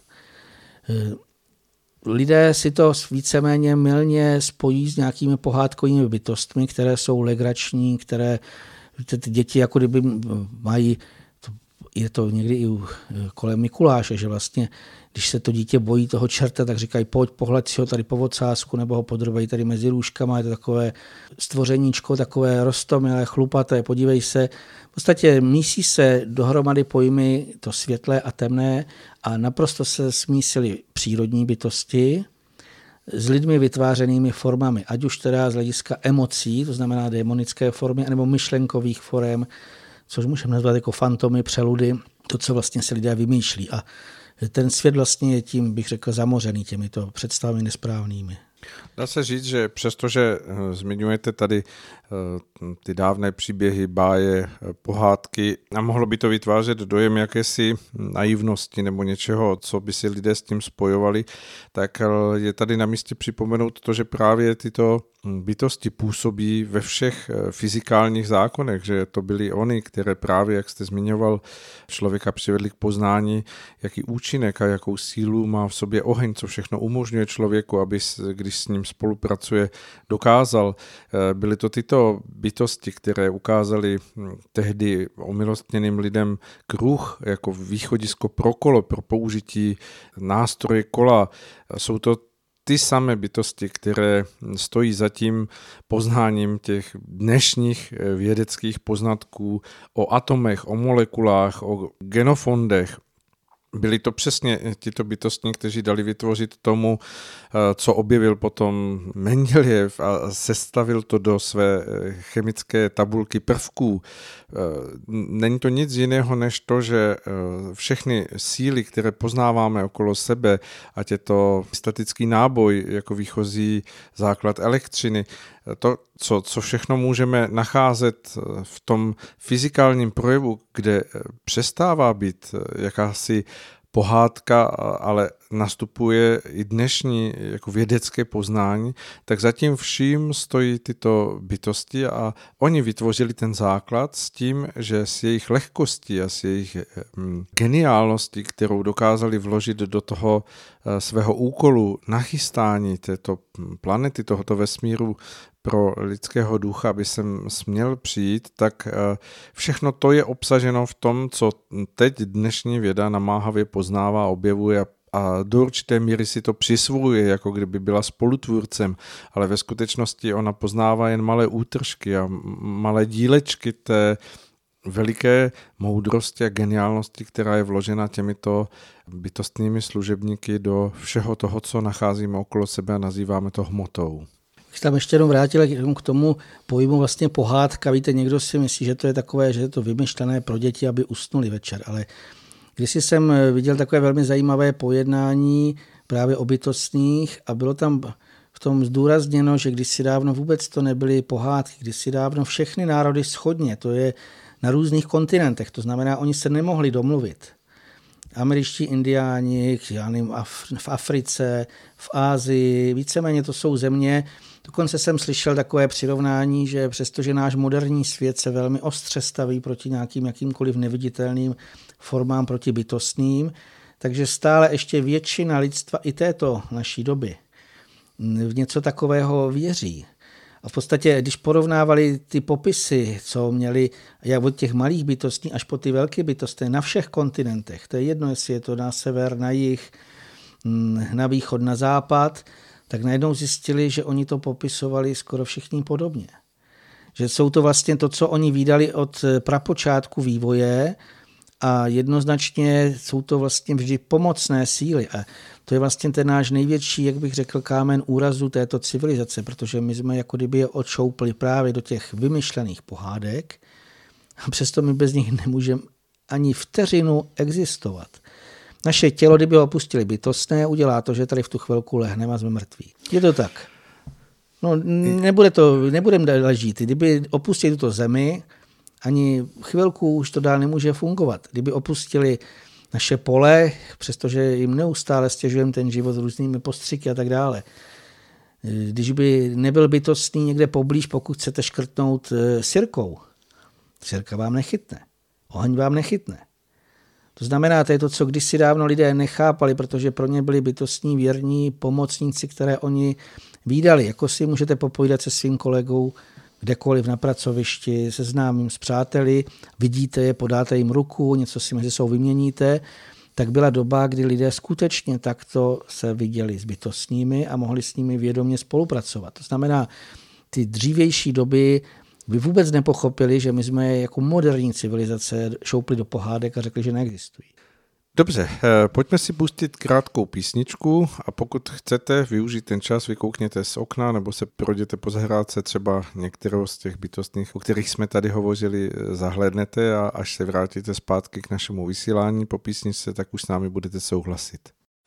Lidé si to víceméně mylně spojí s nějakými pohádkovými bytostmi, které jsou legrační, které ty děti jako kdyby mají, je to někdy i kolem Mikuláše, že vlastně když se to dítě bojí toho čerta, tak říkají, pojď, pohled si ho tady po ocásku, nebo ho podrobají tady mezi růžkama, je to takové stvořeníčko, takové roztomilé, chlupaté, podívej se. V podstatě mísí se dohromady pojmy to světlé a temné a naprosto se smísily přírodní bytosti s lidmi vytvářenými formami, ať už teda z hlediska emocí, to znamená démonické formy, nebo myšlenkových forem, což můžeme nazvat jako fantomy, přeludy, to, co vlastně se lidé vymýšlí. A ten svět vlastně je tím, bych řekl, zamořený těmito představami nesprávnými. Dá se říct, že přestože zmiňujete tady ty dávné příběhy, báje, pohádky a mohlo by to vytvářet dojem jakési naivnosti nebo něčeho, co by si lidé s tím spojovali, tak je tady na místě připomenout to, že právě tyto bytosti působí ve všech fyzikálních zákonech, že to byly oni, které právě, jak jste zmiňoval, člověka přivedli k poznání, jaký účinek a jakou sílu má v sobě oheň, co všechno umožňuje člověku, aby, když s ním spolupracuje, dokázal. Byly to tyto bytosti, které ukázaly tehdy omilostněným lidem kruh jako východisko pro kolo, pro použití nástroje kola. Jsou to ty samé bytosti, které stojí za tím poznáním těch dnešních vědeckých poznatků o atomech, o molekulách, o genofondech. Byli to přesně tito bytostní, kteří dali vytvořit tomu, co objevil potom Mendeljev a sestavil to do své chemické tabulky prvků. Není to nic jiného než to, že všechny síly, které poznáváme okolo sebe, ať je to statický náboj jako výchozí základ elektřiny, to, co, co všechno můžeme nacházet v tom fyzikálním projevu, kde přestává být jakási pohádka, ale nastupuje i dnešní jako vědecké poznání, tak zatím vším stojí tyto bytosti a oni vytvořili ten základ s tím, že s jejich lehkostí a s jejich geniálností, kterou dokázali vložit do toho svého úkolu nachystání této planety, tohoto vesmíru pro lidského ducha, aby sem směl přijít, tak všechno to je obsaženo v tom, co teď dnešní věda namáhavě poznává, objevuje a do určité míry si to přisvojuje, jako kdyby byla spolutvůrcem, ale ve skutečnosti ona poznává jen malé útržky a malé dílečky té veliké moudrosti a geniálnosti, která je vložena těmito bytostnými služebníky do všeho toho, co nacházíme okolo sebe a nazýváme to hmotou. Když tam ještě jednou vrátil k tomu pojmu vlastně pohádka, víte, někdo si myslí, že to je takové, že je to vymyšlené pro děti, aby usnuli večer, ale když jsem viděl takové velmi zajímavé pojednání právě o bytostných a bylo tam v tom zdůrazněno, že kdysi dávno vůbec to nebyly pohádky, kdysi dávno všechny národy shodně, to je na různých kontinentech, to znamená, oni se nemohli domluvit. Američtí indiáni, v Africe, v Ázii, víceméně to jsou země. Dokonce jsem slyšel takové přirovnání, že přestože náš moderní svět se velmi ostře staví proti nějakým jakýmkoliv neviditelným formám, proti bytostným, Takže stále ještě většina lidstva i této naší doby v něco takového věří. A v podstatě, když porovnávali ty popisy, co měli jak od těch malých bytostí až po ty velké bytosti na všech kontinentech, to je jedno, jestli je to na sever, na jih, na východ, na západ, tak najednou zjistili, že oni to popisovali skoro všichni podobně. Že jsou to vlastně to, co oni vídali od prapočátku vývoje a jednoznačně jsou to vlastně vždy pomocné síly. A to je vlastně ten náš největší, jak bych řekl, kámen úrazu této civilizace, protože my jsme jako kdyby je odšoupli právě do těch vymyšlených pohádek a přesto my bez nich nemůžeme ani vteřinu existovat. Naše tělo, kdyby ho opustili bytostné, udělá to, že tady v tu chvilku lehneme a jsme mrtví. Je to tak. No, nebude to, nebudeme ležít. Kdyby opustili tuto zemi, ani chvilku už to dál nemůže fungovat. Kdyby opustili naše pole, přestože jim neustále stěžujeme ten život různými postřiky a tak dále. Když by nebyl bytostný někde poblíž, pokud chcete škrtnout sirkou, sirka vám nechytne. Oheň vám nechytne. To znamená, to je to, co kdysi dávno lidé nechápali, protože pro ně byli bytostní věrní pomocníci, které oni vídali. Jako si můžete popovídat se svým kolegou kdekoliv na pracovišti, se známým, s přáteli, vidíte je, podáte jim ruku, něco si mezi sebou vyměníte, tak byla doba, kdy lidé skutečně takto se viděli s bytostními a mohli s nimi vědomě spolupracovat. To znamená, ty dřívější doby by vůbec nepochopili, že my jsme jako moderní civilizace šoupli do pohádek a řekli, že neexistují. Dobře, pojďme si pustit krátkou písničku a pokud chcete využít ten čas, vykoukněte z okna nebo se projděte po zahrádce, třeba některou z těch bytostných, o kterých jsme tady hovořili, zahlédnete a až se vrátíte zpátky k našemu vysílání po písničce, tak už s námi budete souhlasit.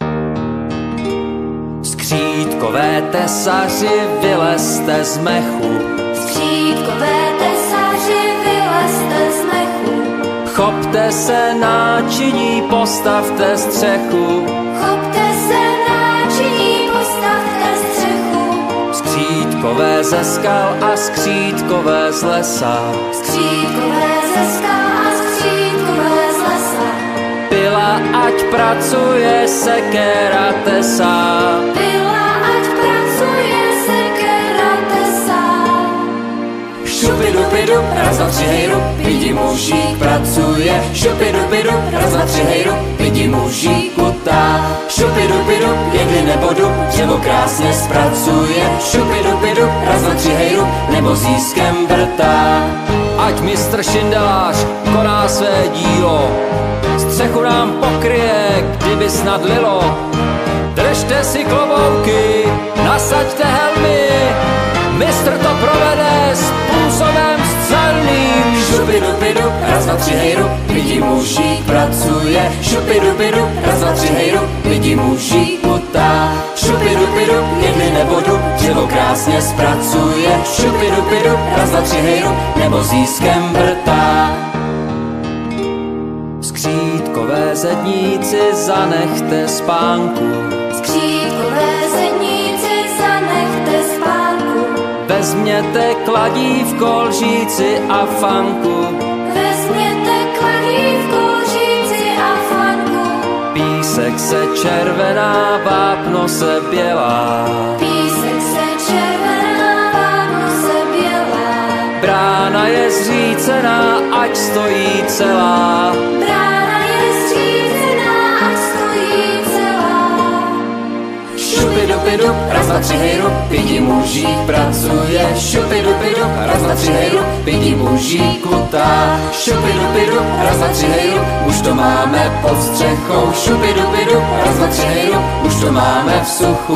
Skřítkové tesaři, vylezte z mechu. Skřítkové tesaři, vylezte z mechu. Chopte se náčiní, postavte střechu. Chopte se náčiní, postavte střechu. Skřítkové ze skal a skřítkové z lesa. Skřítkové ze skal a skřítkové z lesa. Pila ať pracuje, sekéra tesá. Pila ať pracuje, sekéra tesá. Šupidupidu, raz za tři hejru, vidí mužík pracuje. Šupidupidu, raz za tři hejru, vidí mužík kutá. Šupidupidu, jedli nebodu, dřevo krásně zpracuje. Šupidupidu, raz za tři hejru, nebo získem vrtá. Ať mistr šindelář koná své dílo, střechu nám pokryje, kdyby snad lilo. Držte si klobouky, nasaďte helmy, mistr to provede způsobem střelným. Šupidupidu, raz na tři hejru, vidí mužík pracuje. Šupidupidu, raz na tři hejru, vidí mužík kutá. Šupidupidu, jedli nebodu, dřevo krásně zpracuje. Šupidupidu, raz na tři hejru, nebo získem vrtá. Skřítkové zedníci, zanechte spánku. Skřítkové zedníci, zanechte spánku. Vezměte kladívko, lžíci a fanku. Vezměte kladívko, lžíci a fanku. Písek se červená, vápno se bělá. Písek se červená, vápno se bělá. Brána je zřícená, ať stojí celá. Brána je zřícená, ať stojí celá. Šupidupidu, raz na tři hejru, vidí mužík pracuje. Šupidupidu, raz na tři hejru, vidí mužík kutá. Šupidupidu, raz na tři hejru, už to máme pod střechou. Šupidupidu, raz na tři hejru, už to máme v suchu.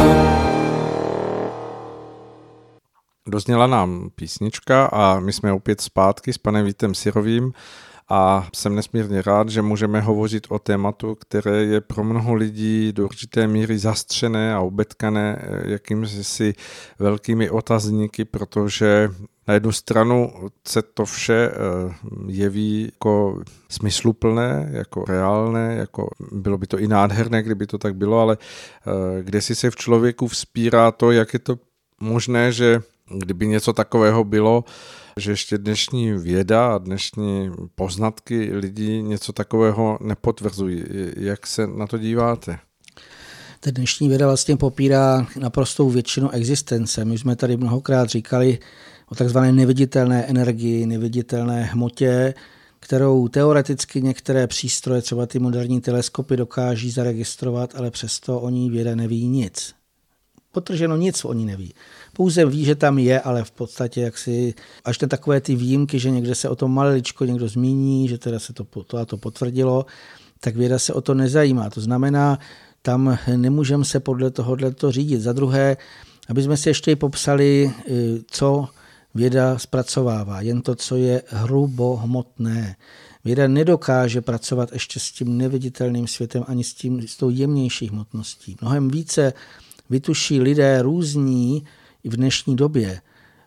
Dozněla nám písnička a my jsme opět zpátky s panem Vítem Syrovým a jsem nesmírně rád, že můžeme hovořit o tématu, které je pro mnoho lidí do určité míry zastřené a obetkané jakýmsi velkými otazníky, protože na jednu stranu se to vše jeví jako smysluplné, jako reálné, jako bylo by to i nádherné, kdyby to tak bylo, ale kde si se v člověku vzpírá to, jak je to možné, že Kdyby něco takového bylo, že ještě dnešní věda a dnešní poznatky lidí něco takového nepotvrzují. Jak se na to díváte? Ta dnešní věda vlastně popírá naprostou většinu existence. My jsme tady mnohokrát říkali o takzvané neviditelné energii, neviditelné hmotě, kterou teoreticky některé přístroje, třeba ty moderní teleskopy, dokáží zaregistrovat, ale přesto o ní věda neví nic. Potrženo nic o ní neví. Pouze ví, že tam je, ale v podstatě jaksi až na takové ty výjimky, že někde se o tom maliličko někdo zmíní, že teda se to, to, to potvrdilo, tak věda se o to nezajímá. To znamená, tam nemůžeme se podle tohoto řídit. Za druhé, aby jsme si ještě popsali, co věda zpracovává, jen to, co je hrubohmotné. Věda nedokáže pracovat ještě s tím neviditelným světem ani s, tím, s tou jemnější hmotností. Mnohem více vytuší lidé různí i v dnešní době,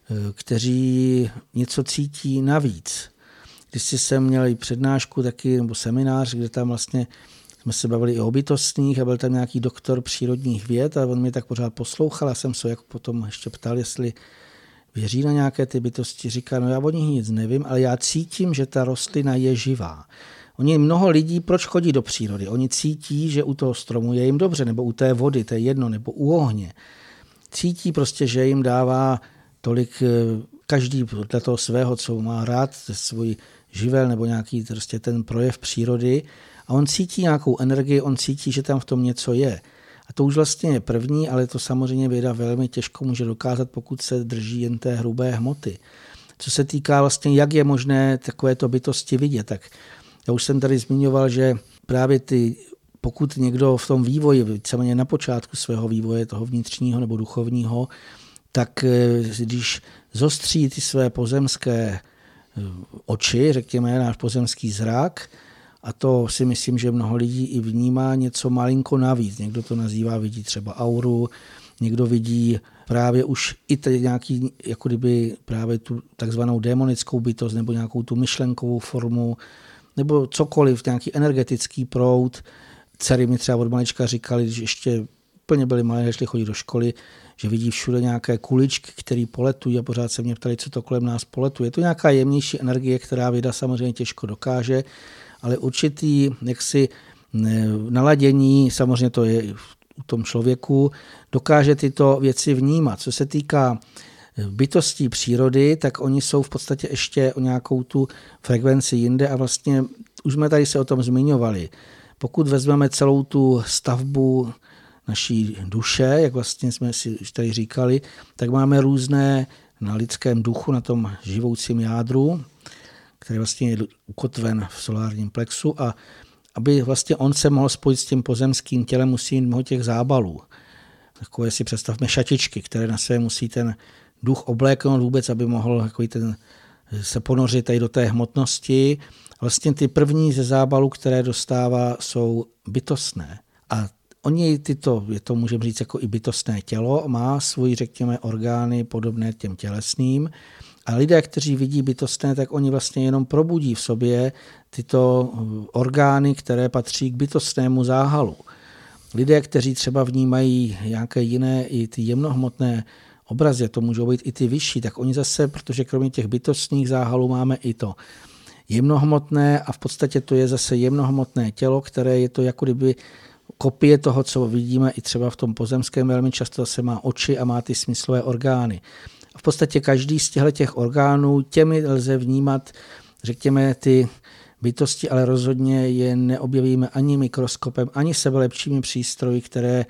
kteří něco cítí navíc. Když jsem měl i přednášku taky, nebo seminář, kde tam vlastně jsme se bavili i o bytostných a byl tam nějaký doktor přírodních věd a on mě tak pořád poslouchal a jsem se jako potom ještě ptal, jestli věří na nějaké ty bytosti. Říká, no já o nich nic nevím, ale já cítím, že ta rostlina je živá. Oni mnoho lidí, proč chodí do přírody? Oni cítí, že u toho stromu je jim dobře, nebo u té vody, to je jedno, nebo u ohně. Cítí prostě, že jim dává tolik, každý dla toho svého, co má rád, svůj živel nebo nějaký prostě ten projev přírody a on cítí nějakou energii, on cítí, že tam v tom něco je. A to už vlastně je první, ale to samozřejmě věda velmi těžko může dokázat, pokud se drží jen té hrubé hmoty. Co se týká vlastně, jak je možné takovéto bytosti vidět, tak já už jsem tady zmiňoval, že právě ty, pokud někdo v tom vývoji, víceméně na počátku svého vývoje, toho vnitřního nebo duchovního, tak když zostří ty své pozemské oči, řekněme, náš pozemský zrak, a to si myslím, že mnoho lidí i vnímá něco malinko navíc. Někdo to nazývá, vidí třeba auru, někdo vidí právě už i tady nějaký, jako kdyby právě tu takzvanou démonickou bytost nebo nějakou tu myšlenkovou formu, nebo cokoliv, nějaký energetický proud. Dcery mi třeba od malička říkali, když ještě úplně byli malé, šli chodit do školy, že vidí všude nějaké kuličky, které poletují a pořád se mě ptali, co to kolem nás poletuje. Je to nějaká jemnější energie, která věda samozřejmě těžko dokáže, ale určitý jaksi naladění, samozřejmě to je u tom člověku, dokáže tyto věci vnímat. Co se týká bytostí přírody, tak oni jsou v podstatě ještě o nějakou tu frekvenci jinde a vlastně už jsme tady se o tom zmiňovali. Pokud vezmeme celou tu stavbu naší duše, jak vlastně jsme si tady říkali, tak máme různé na lidském duchu, na tom živoucím jádru, který vlastně je ukotven v solárním plexu a aby vlastně on se mohl spojit s tím pozemským tělem, musí mít mnoho těch zábalů. Takové si představme šatičky, které na sebe musí ten duch obléknout vůbec, aby mohl jako ten, se ponořit tady do té hmotnosti. Vlastně ty první ze zábalů, které dostává, jsou bytostné. A oni tyto, je to můžeme říct jako i bytostné tělo, má svůj, řekněme, orgány podobné těm tělesným. A lidé, kteří vidí bytostné, tak oni vlastně jenom probudí v sobě tyto orgány, které patří k bytostnému záhalu. Lidé, kteří třeba vnímají nějaké jiné, i ty jemnohmotné obrazy, to můžou být i ty vyšší, tak oni zase, protože kromě těch bytostných záhalů máme i to jemnohmotné a v podstatě to je zase jemnohmotné tělo, které je to jako kdyby kopie toho, co vidíme i třeba v tom pozemském, velmi často se má oči a má ty smyslové orgány. A v podstatě každý z těch orgánů, těmi lze vnímat, řekněme, ty bytosti, ale rozhodně je neobjevíme ani mikroskopem, ani sebelepšími přístroji, které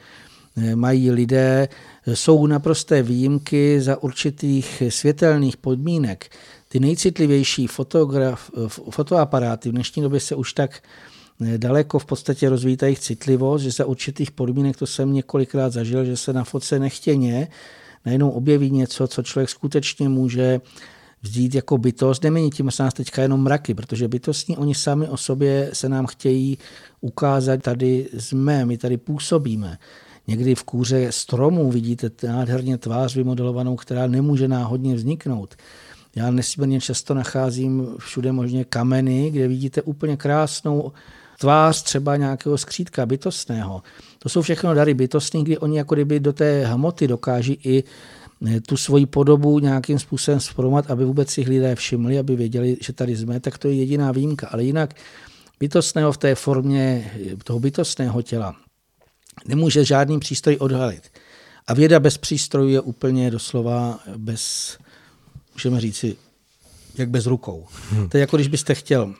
mají lidé. Jsou naprosté výjimky za určitých světelných podmínek. Ty nejcitlivější fotograf, fotoaparáty v dnešní době se už tak daleko v podstatě rozvíjí ta jejich citlivost, že za určitých podmínek, to jsem několikrát zažil, že se na fotce nechtěně najednou objeví něco, co člověk skutečně může vzít jako bytost. Nemění tím se nás teďka jenom mraky, protože bytostní oni sami o sobě se nám chtějí ukázat, tady jsme, my tady působíme. Někdy v kůře stromů vidíte nádherně tvář vymodelovanou, která nemůže náhodně vzniknout. Já nesmírně často nacházím všude možně kameny, kde vidíte úplně krásnou tvář třeba nějakého skřítka bytostného. To jsou všechno dary bytostní, kdy oni jako kdyby do té hmoty dokáží i tu svoji podobu nějakým způsobem zformovat, aby vůbec si lidé všimli, aby věděli, že tady jsme, tak to je jediná výjimka. Ale jinak bytostného v té formě toho bytostného těla nemůže žádný přístroj odhalit. A věda bez přístrojů je úplně doslova bez, můžeme říci, jak bez rukou. Hmm. To je jako když byste chtěl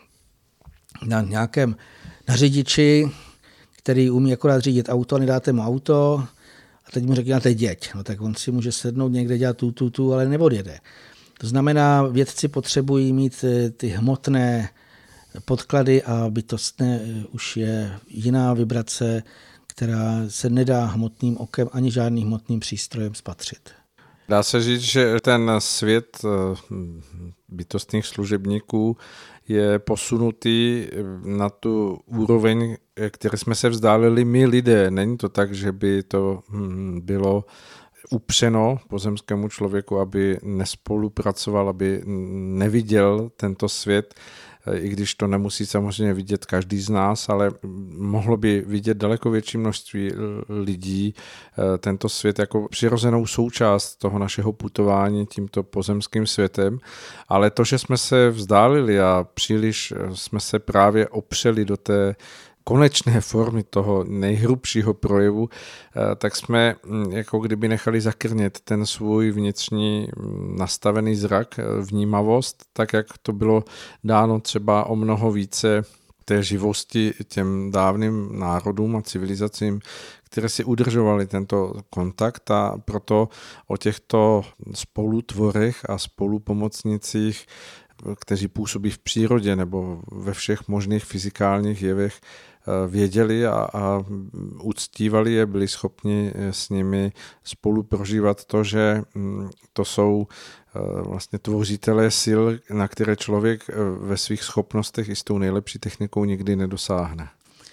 na nějakém na řidiči, který umí akorát řídit auto, nedáte mu auto a teď mu řekněte jeď. No tak on si může sednout někde, dělat tu, tu, tu, ale neodjede. To znamená, vědci potřebují mít ty hmotné podklady a bytostné už je jiná vibrace, která se nedá hmotným okem ani žádným hmotným přístrojem spatřit. Dá se říct, že ten svět bytostných služebníků je posunutý na tu úroveň, které jsme se vzdálili my lidé. Není to tak, že by to bylo upřeno pozemskému člověku, aby nespolupracoval, aby neviděl tento svět, i když to nemusí samozřejmě vidět každý z nás, ale mohlo by vidět daleko větší množství lidí tento svět jako přirozenou součást toho našeho putování tímto pozemským světem. Ale to, že jsme se vzdálili a příliš jsme se právě opřeli do té konečné formy toho nejhrubšího projevu, tak jsme jako kdyby nechali zakrnět ten svůj vnitřní nastavený zrak, vnímavost, tak jak to bylo dáno třeba o mnoho více té živosti těm dávným národům a civilizacím, které si udržovaly tento kontakt, a proto o těchto spolutvorech a spolupomocnicích, kteří působí v přírodě nebo ve všech možných fyzikálních jevech, věděli a, a uctívali je, byli schopni s nimi spolu prožívat to, že to jsou vlastně tvořitelé sil, na které člověk ve svých schopnostech i s tou nejlepší technikou nikdy nedosáhne.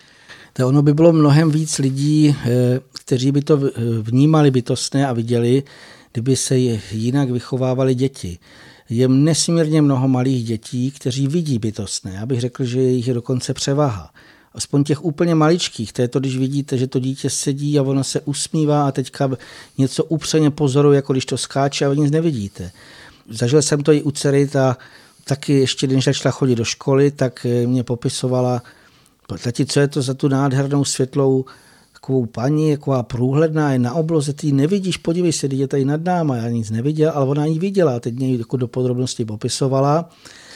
To ono by bylo mnohem víc lidí, kteří by to vnímali bytostné a viděli, kdyby se jinak vychovávali děti. Je nesmírně mnoho malých dětí, kteří vidí bytostné. Já bych řekl, že jich je dokonce převaha. Aspoň těch úplně maličkých, to je to, když vidíte, že to dítě sedí a ono se usmívá a teďka něco upřeně pozoruje, jako když to skáče a vy nic nevidíte. Zažil jsem to i u dcery, ta taky ještě, když začala chodit do školy, tak mě popisovala, tati, co je to za tu nádhernou světlou takovou paní, taková průhledná, je na obloze, ty ji nevidíš, podívej se, je tady nad náma, já nic neviděl, ale ona ji viděla a teď mě jako do podrobností popisovala.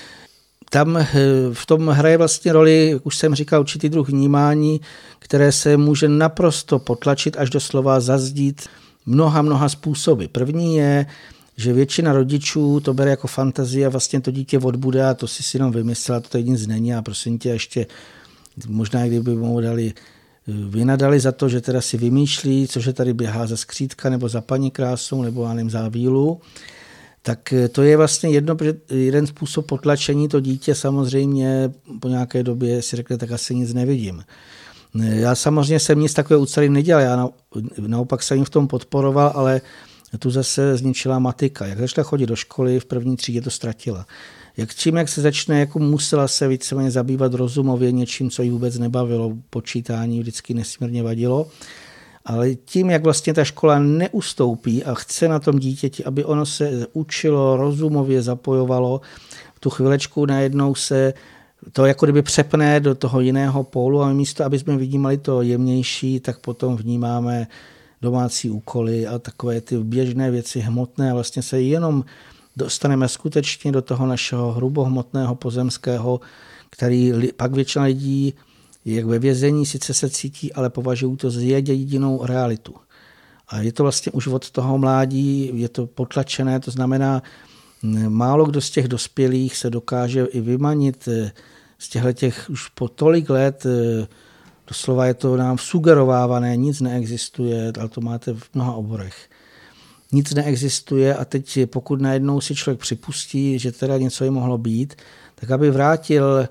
Tam v tom hraje vlastně roli, jak už jsem říkal, určitý druh vnímání, které se může naprosto potlačit až doslova zazdít mnoha, mnoha způsoby. První je, že většina rodičů to bere jako fantazii a vlastně to dítě odbude a to si si jenom vymyslela, to tady nic není a prosím tě ještě, možná kdyby mu dali, vynadali za to, že teda si vymýšlí, cože tady běhá za skřítka nebo za paní krásou nebo já nevím, za vílu. Tak to je vlastně jedno, jeden způsob potlačení, to dítě samozřejmě po nějaké době si řekne, tak asi nic nevidím. Já samozřejmě jsem nic takového u dcery nedělal, já naopak jsem jim v tom podporoval, ale tu zase zničila matika. Jak začala chodit do školy, v první třídě to ztratila. Jak čím, jak se začne, jako musela se víceméně zabývat rozumově něčím, co jí vůbec nebavilo, počítání vždycky nesmírně vadilo. Ale tím, jak vlastně ta škola neustoupí a chce na tom dítěti, aby ono se učilo, rozumově zapojovalo, v tu chvilečku najednou se to jako kdyby přepne do toho jiného pólu a místo, aby jsme vnímali to jemnější, tak potom vnímáme domácí úkoly a takové ty běžné věci hmotné a vlastně se jenom dostaneme skutečně do toho našeho hrubohmotného pozemského, který pak většina lidí jak ve vězení sice se cítí, ale považují to za jedinou realitu. A je to vlastně už od toho mládí, je to potlačené, to znamená, málo kdo z těch dospělých se dokáže i vymanit z těch už po tolik let, doslova je to nám sugerovávané, nic neexistuje, ale to máte v mnoha oborech. Nic neexistuje a teď pokud najednou si člověk připustí, že teda něco je mohlo být, tak aby vrátil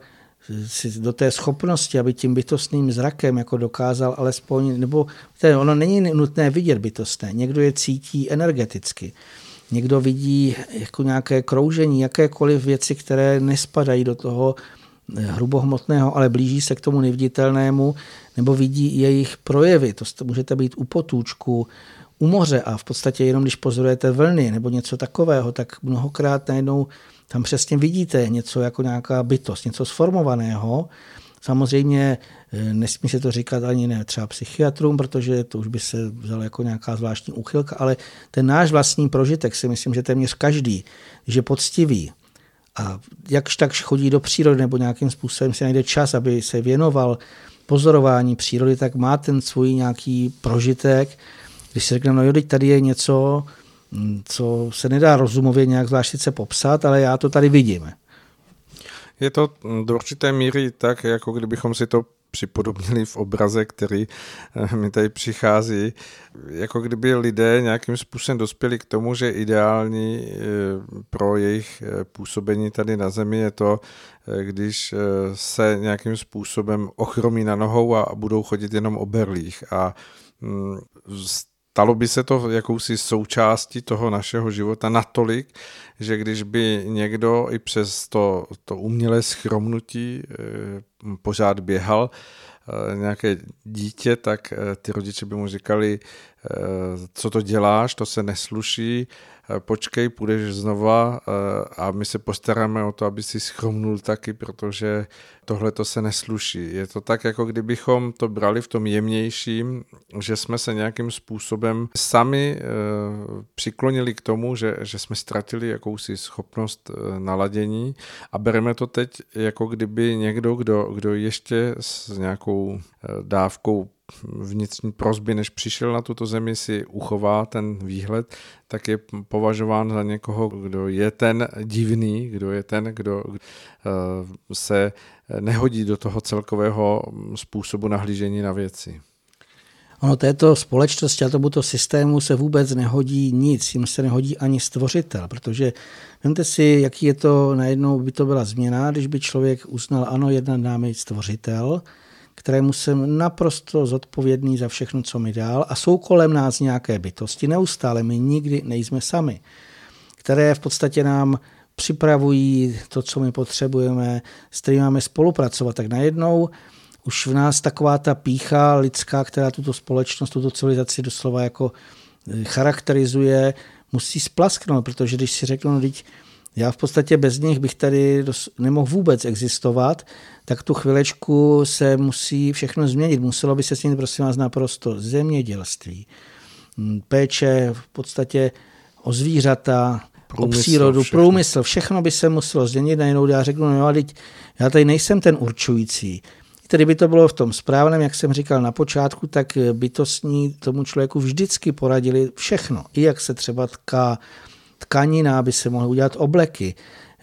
do té schopnosti, aby tím bytostným zrakem jako dokázal alespoň, nebo ono není nutné vidět bytostné, někdo je cítí energeticky, někdo vidí jako nějaké kroužení, jakékoliv věci, které nespadají do toho hrubohmotného, ale blíží se k tomu neviditelnému, nebo vidí jejich projevy. To můžete být u potůčku, u moře a v podstatě jenom když pozorujete vlny nebo něco takového, tak mnohokrát najednou tam přesně vidíte něco jako nějaká bytost, něco sformovaného. Samozřejmě nesmí se to říkat ani ne třeba psychiatrům, protože to už by se vzalo jako nějaká zvláštní úchylka, ale ten náš vlastní prožitek si myslím, že téměř každý, když je poctivý a jakž takž chodí do přírody nebo nějakým způsobem si najde čas, aby se věnoval pozorování přírody, tak má ten svůj nějaký prožitek. Když si řekne, no jo, teď tady je něco, co se nedá rozumově nějak zvlášť sice popsat, ale já to tady vidím. Je to do určité míry tak, jako kdybychom si to připodobnili v obraze, který mi tady přichází, jako kdyby lidé nějakým způsobem dospěli k tomu, že ideální pro jejich působení tady na zemi je to, když se nějakým způsobem ochromí na nohou a budou chodit jenom o berlích. A stalo by se to jakousi součástí toho našeho života natolik, že když by někdo i přes to, to umělé schromnutí e, pořád běhal, e, nějaké dítě, tak e, ty rodiče by mu říkali, e, co to děláš, to se nesluší, e, počkej, půjdeš znova e, a my se postaráme o to, aby si schromnul taky, protože tohle to se nesluší. Je to tak, jako kdybychom to brali v tom jemnějším, že jsme se nějakým způsobem sami e, přiklonili k tomu, že, že jsme ztratili jakousi schopnost e, naladění a bereme to teď, jako kdyby někdo, kdo, kdo ještě s nějakou e, dávkou vnitřní prosby, než přišel na tuto zemi, si uchová ten výhled, tak je považován za někoho, kdo je ten divný, kdo je ten, kdo uh, se nehodí do toho celkového způsobu nahlížení na věci. Ono této společnosti a tomuto systému se vůbec nehodí nic, jim se nehodí ani stvořitel, protože vemte si, jaký je to, najednou by to byla změna, když by člověk uznal, ano, jedna námi stvořitel, kterému jsem naprosto zodpovědný za všechno, co mi dal a jsou kolem nás nějaké bytosti, neustále, my nikdy nejsme sami, které v podstatě nám připravují to, co my potřebujeme, s kterými máme spolupracovat, tak najednou už v nás taková ta pýcha lidská, která tuto společnost, tuto civilizaci doslova jako charakterizuje, musí splasknout, protože když si řeknu, no, teď já v podstatě bez nich bych tady nemohl vůbec existovat, tak tu chvilečku se musí všechno změnit. Muselo by se změnit, prosím vás, naprosto zemědělství, péče v podstatě o zvířata, průmysl, o přírodu, všechno. průmysl, všechno by se muselo změnit. Najednou já řeknu, no teď já tady nejsem ten určující. Tedy by to bylo v tom správném, jak jsem říkal na počátku, tak bytostní tomu člověku vždycky poradili všechno. I jak se třeba tká tkanina, aby se mohly udělat obleky.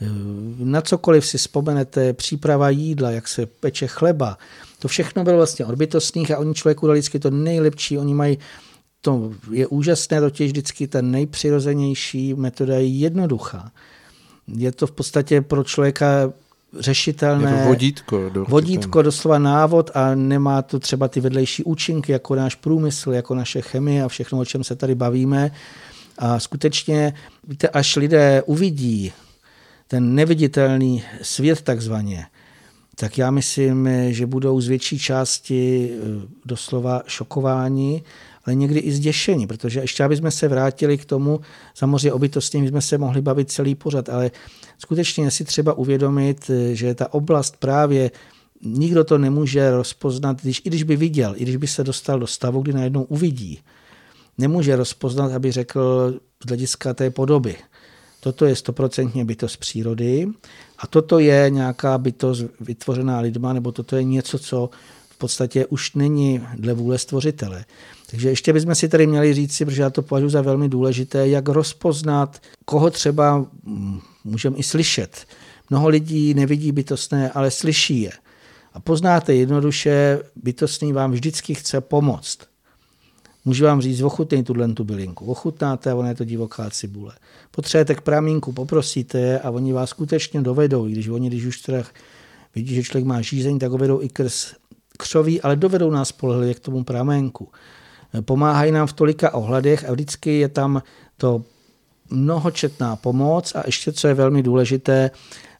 Na cokoliv si vzpomenete, příprava jídla, jak se peče chleba. To všechno bylo vlastně od bytostných a oni člověku dali vždycky to nejlepší. Oni mají, to je úžasné, totiž vždycky ta nejpřirozenější metoda je jednoduchá. Je to v podstatě pro člověka řešitelné. Je to vodítko. Do vodítko, doslova návod a nemá to třeba ty vedlejší účinky, jako náš průmysl, jako naše chemie a všechno, o čem se tady bavíme. A skutečně, víte, až lidé uvidí ten neviditelný svět takzvaně, tak já myslím, že budou z větší části doslova šokováni, ale někdy i zděšení, protože ještě abychom se vrátili k tomu, samozřejmě o bytostním bychom se mohli bavit celý pořad, ale skutečně si třeba uvědomit, že ta oblast právě nikdo to nemůže rozpoznat, když, i když by viděl, i když by se dostal do stavu, kdy najednou uvidí, nemůže rozpoznat, aby řekl z hlediska té podoby. Toto je stoprocentně bytost přírody a toto je nějaká bytost vytvořená lidma, nebo toto je něco, co v podstatě už není dle vůle stvořitele. Takže ještě bychom si tady měli říct, protože já to považuji za velmi důležité, jak rozpoznat, koho třeba můžeme i slyšet. Mnoho lidí nevidí bytostné, ale slyší je. A poznáte jednoduše, bytostný vám vždycky chce pomoct. Můžu vám říct, ochutnej tuhle tu bylinku. Ochutnáte a ona je to divoká cibule. Potřebujete k pramínku, poprosíte je a oni vás skutečně dovedou. Když oni, když už teda vidí, že člověk má žízeň, tak ho vedou i krz křoví, ale dovedou nás spolehlivě k tomu pramenku. Pomáhají nám v tolika ohledech a vždycky je tam to mnohočetná pomoc a ještě, co je velmi důležité,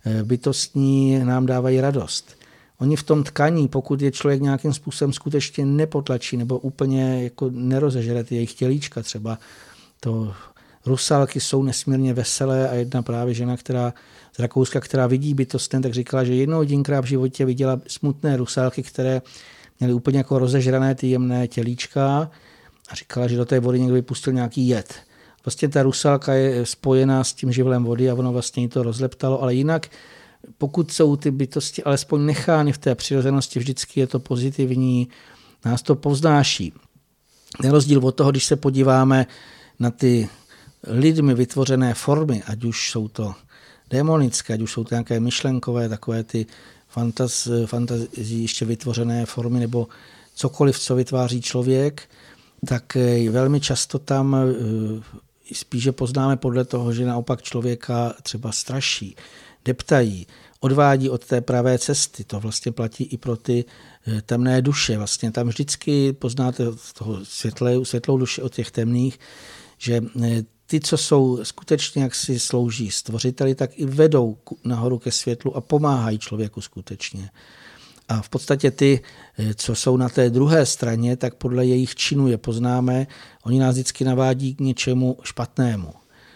bytostní nám dávají radost. Oni v tom tkaní, pokud je člověk nějakým způsobem skutečně nepotlačí nebo úplně jako nerozežere ty jejich tělíčka třeba, to rusálky jsou nesmírně veselé a jedna právě žena, která z Rakouska, která vidí bytostné, tak říkala, že jednou jedinkrát v životě viděla smutné rusálky, které měly úplně jako rozežrané ty jemné tělíčka a říkala, že do té vody někdo vypustil nějaký jed. Vlastně ta rusálka je spojená s tím živlem vody a ono vlastně jí to rozleptalo, ale jinak pokud jsou ty bytosti alespoň nechány v té přirozenosti, vždycky je to pozitivní, nás to povznáší. Na rozdíl od toho, když se podíváme na ty lidmi vytvořené formy, ať už jsou to démonické, ať už jsou to nějaké myšlenkové, takové ty fantaz, fantazí ještě vytvořené formy, nebo cokoliv, co vytváří člověk, tak velmi často tam spíše poznáme podle toho, že naopak člověka třeba straší, deptají, odvádí od té pravé cesty. To vlastně platí i pro ty temné duše. Vlastně tam vždycky poznáte toho světlou, světlou duši od těch temných, že ty, co jsou skutečně, jak si slouží stvořiteli, tak i vedou nahoru ke světlu a pomáhají člověku skutečně. A v podstatě ty, co jsou na té druhé straně, tak podle jejich činu je poznáme, oni nás vždycky navádí k něčemu špatnému.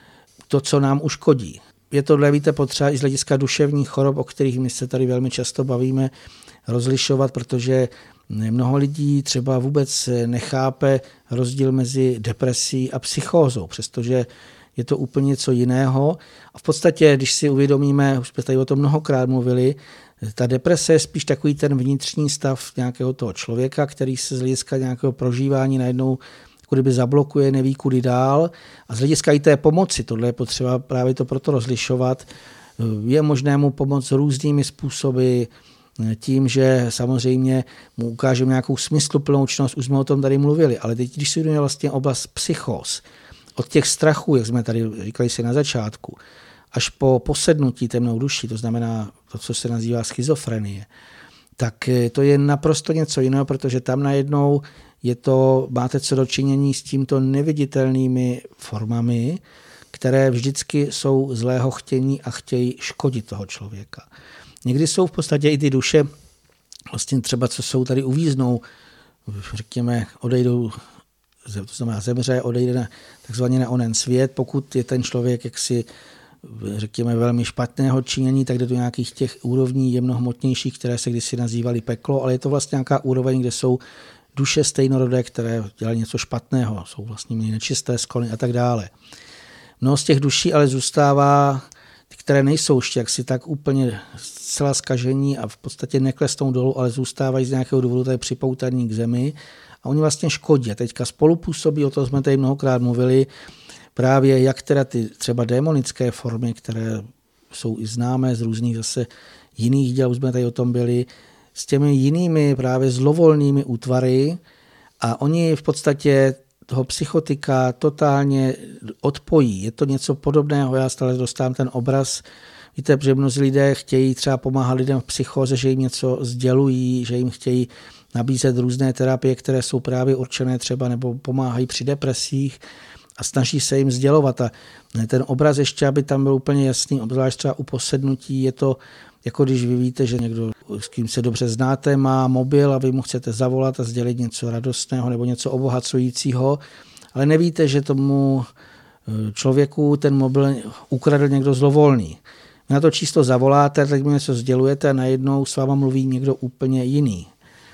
To, co nám uškodí. Je tohle, víte, potřeba i z hlediska duševních chorob, o kterých my se tady velmi často bavíme, rozlišovat, protože mnoho lidí třeba vůbec nechápe rozdíl mezi depresí a psychózou, přestože je to úplně něco jiného. A v podstatě, když si uvědomíme, už jsme tady o tom mnohokrát mluvili, ta deprese je spíš takový ten vnitřní stav nějakého toho člověka, který se z hlediska nějakého prožívání najednou jako kdyby zablokuje, neví kudy dál. A z hlediska i té pomoci, tohle je potřeba právě to proto rozlišovat, je možné mu pomoct různými způsoby, tím, že samozřejmě mu ukážeme nějakou smysluplnou činnost, už jsme o tom tady mluvili, ale teď, když si uvědomíme vlastně oblast psychóz, od těch strachů, jak jsme tady říkali si na začátku, až po posednutí temnou duší, to znamená to, co se nazývá schizofrenie, tak to je naprosto něco jiného, protože tam najednou je to, máte co dočinění s tímto neviditelnými formami, které vždycky jsou zlého chtění a chtějí škodit toho člověka. Někdy jsou v podstatě i ty duše, vlastně třeba co jsou tady uvíznou, řekněme, odejdou, to znamená zemře, odejde na, takzvaně na onen svět, pokud je ten člověk jaksi, řekněme, velmi špatného činění, tak jde do nějakých těch úrovní jemnohmotnějších, které se kdysi nazývaly peklo, ale je to vlastně nějaká úroveň, kde jsou duše stejnorodé, které dělají něco špatného, jsou vlastně měli nečisté sklony a tak dále. Mnoho z těch duší ale zůstává, ty, které nejsou ještě jaksi tak úplně zcela zkažení a v podstatě neklesnou dolů, ale zůstávají z nějakého důvodu tady připoutaní k zemi a oni vlastně škodí. A teďka spolupůsobí, o tom jsme tady mnohokrát mluvili, právě jak teda ty třeba démonické formy, které jsou i známé z různých zase jiných děl, už jsme tady o tom byli, s těmi jinými právě zlovolnými útvary a oni v podstatě toho psychotika totálně odpojí. Je to něco podobného, já stále dostávám ten obraz, víte, že mnozí lidé chtějí třeba pomáhat lidem v psychóze, že jim něco sdělují, že jim chtějí nabízet různé terapie, které jsou právě určené třeba nebo pomáhají při depresích a snaží se jim sdělovat. A ten obraz ještě, aby tam byl úplně jasný, obzvlášť třeba u posednutí, je to jako když vy víte, že někdo, s kým se dobře znáte, má mobil a vy mu chcete zavolat a sdělit něco radostného nebo něco obohacujícího, ale nevíte, že tomu člověku ten mobil ukradl někdo zlovolný. Vy na to číslo zavoláte, tak mu něco sdělujete a najednou s váma mluví někdo úplně jiný.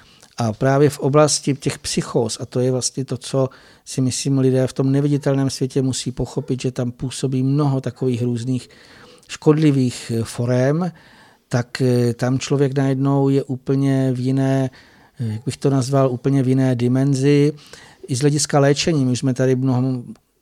A právě v oblasti těch psychóz, a to je vlastně to, co si myslím lidé v tom neviditelném světě musí pochopit, že tam působí mnoho takových různých škodlivých forem, tak tam člověk najednou je úplně v jiné, jak bych to nazval, úplně v jiné dimenzi. I z hlediska léčení, my jsme tady mnoho,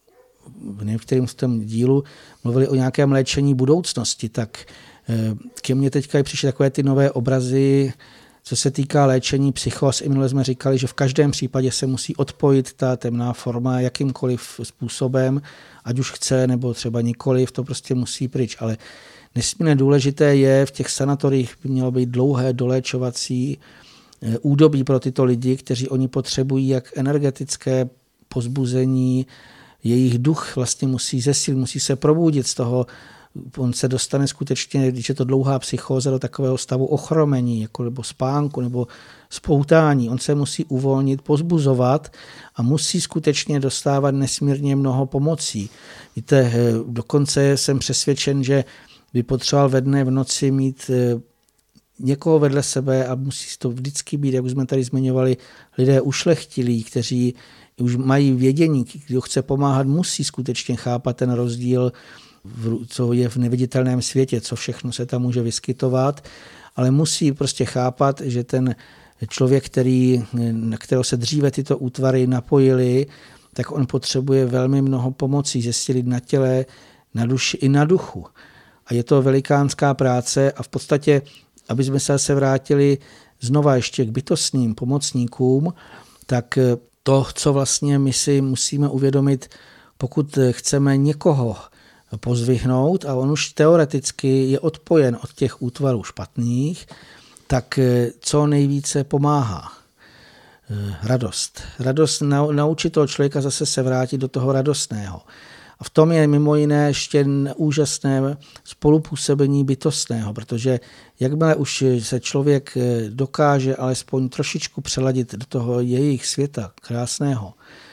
v některém z tom dílu mluvili o nějakém léčení budoucnosti, tak ke mně teďka přišly takové ty nové obrazy, co se týká léčení psychóz. I minule jsme říkali, že v každém případě se musí odpojit ta temná forma jakýmkoliv způsobem, ať už chce, nebo třeba nikoliv, to prostě musí pryč. Ale nesmírně důležité je, v těch sanatoriích by mělo být dlouhé doléčovací údobí pro tyto lidi, kteří oni potřebují jak energetické pozbuzení, jejich duch vlastně musí zesilit, musí se probudit z toho on se dostane skutečně, když je to dlouhá psychóza, do takového stavu ochromení, jako nebo spánku, nebo spoutání. On se musí uvolnit, pozbuzovat a musí skutečně dostávat nesmírně mnoho pomocí. Víte, dokonce jsem přesvědčen, že by potřeboval ve dne v noci mít někoho vedle sebe a musí to vždycky být, jak už jsme tady zmiňovali, lidé ušlechtilí, kteří už mají vědění, kdo chce pomáhat, musí skutečně chápat ten rozdíl, co je v neviditelném světě, co všechno se tam může vyskytovat, ale musí prostě chápat, že ten člověk, který, na kterého se dříve tyto útvary napojily, tak on potřebuje velmi mnoho pomocí zesilit na těle, na duši i na duchu. A je to velikánská práce a v podstatě, aby jsme se zase vrátili znova ještě k bytostným pomocníkům, tak to, co vlastně my si musíme uvědomit, pokud chceme někoho pozvihnout a on už teoreticky je odpojen od těch útvarů špatných, tak co nejvíce pomáhá? Radost. Radost naučit toho člověka zase se vrátit do toho radostného. A v tom je mimo jiné ještě úžasné spolupůsobení bytostného, protože jakmile už se člověk dokáže alespoň trošičku přeladit do toho jejich světa krásného,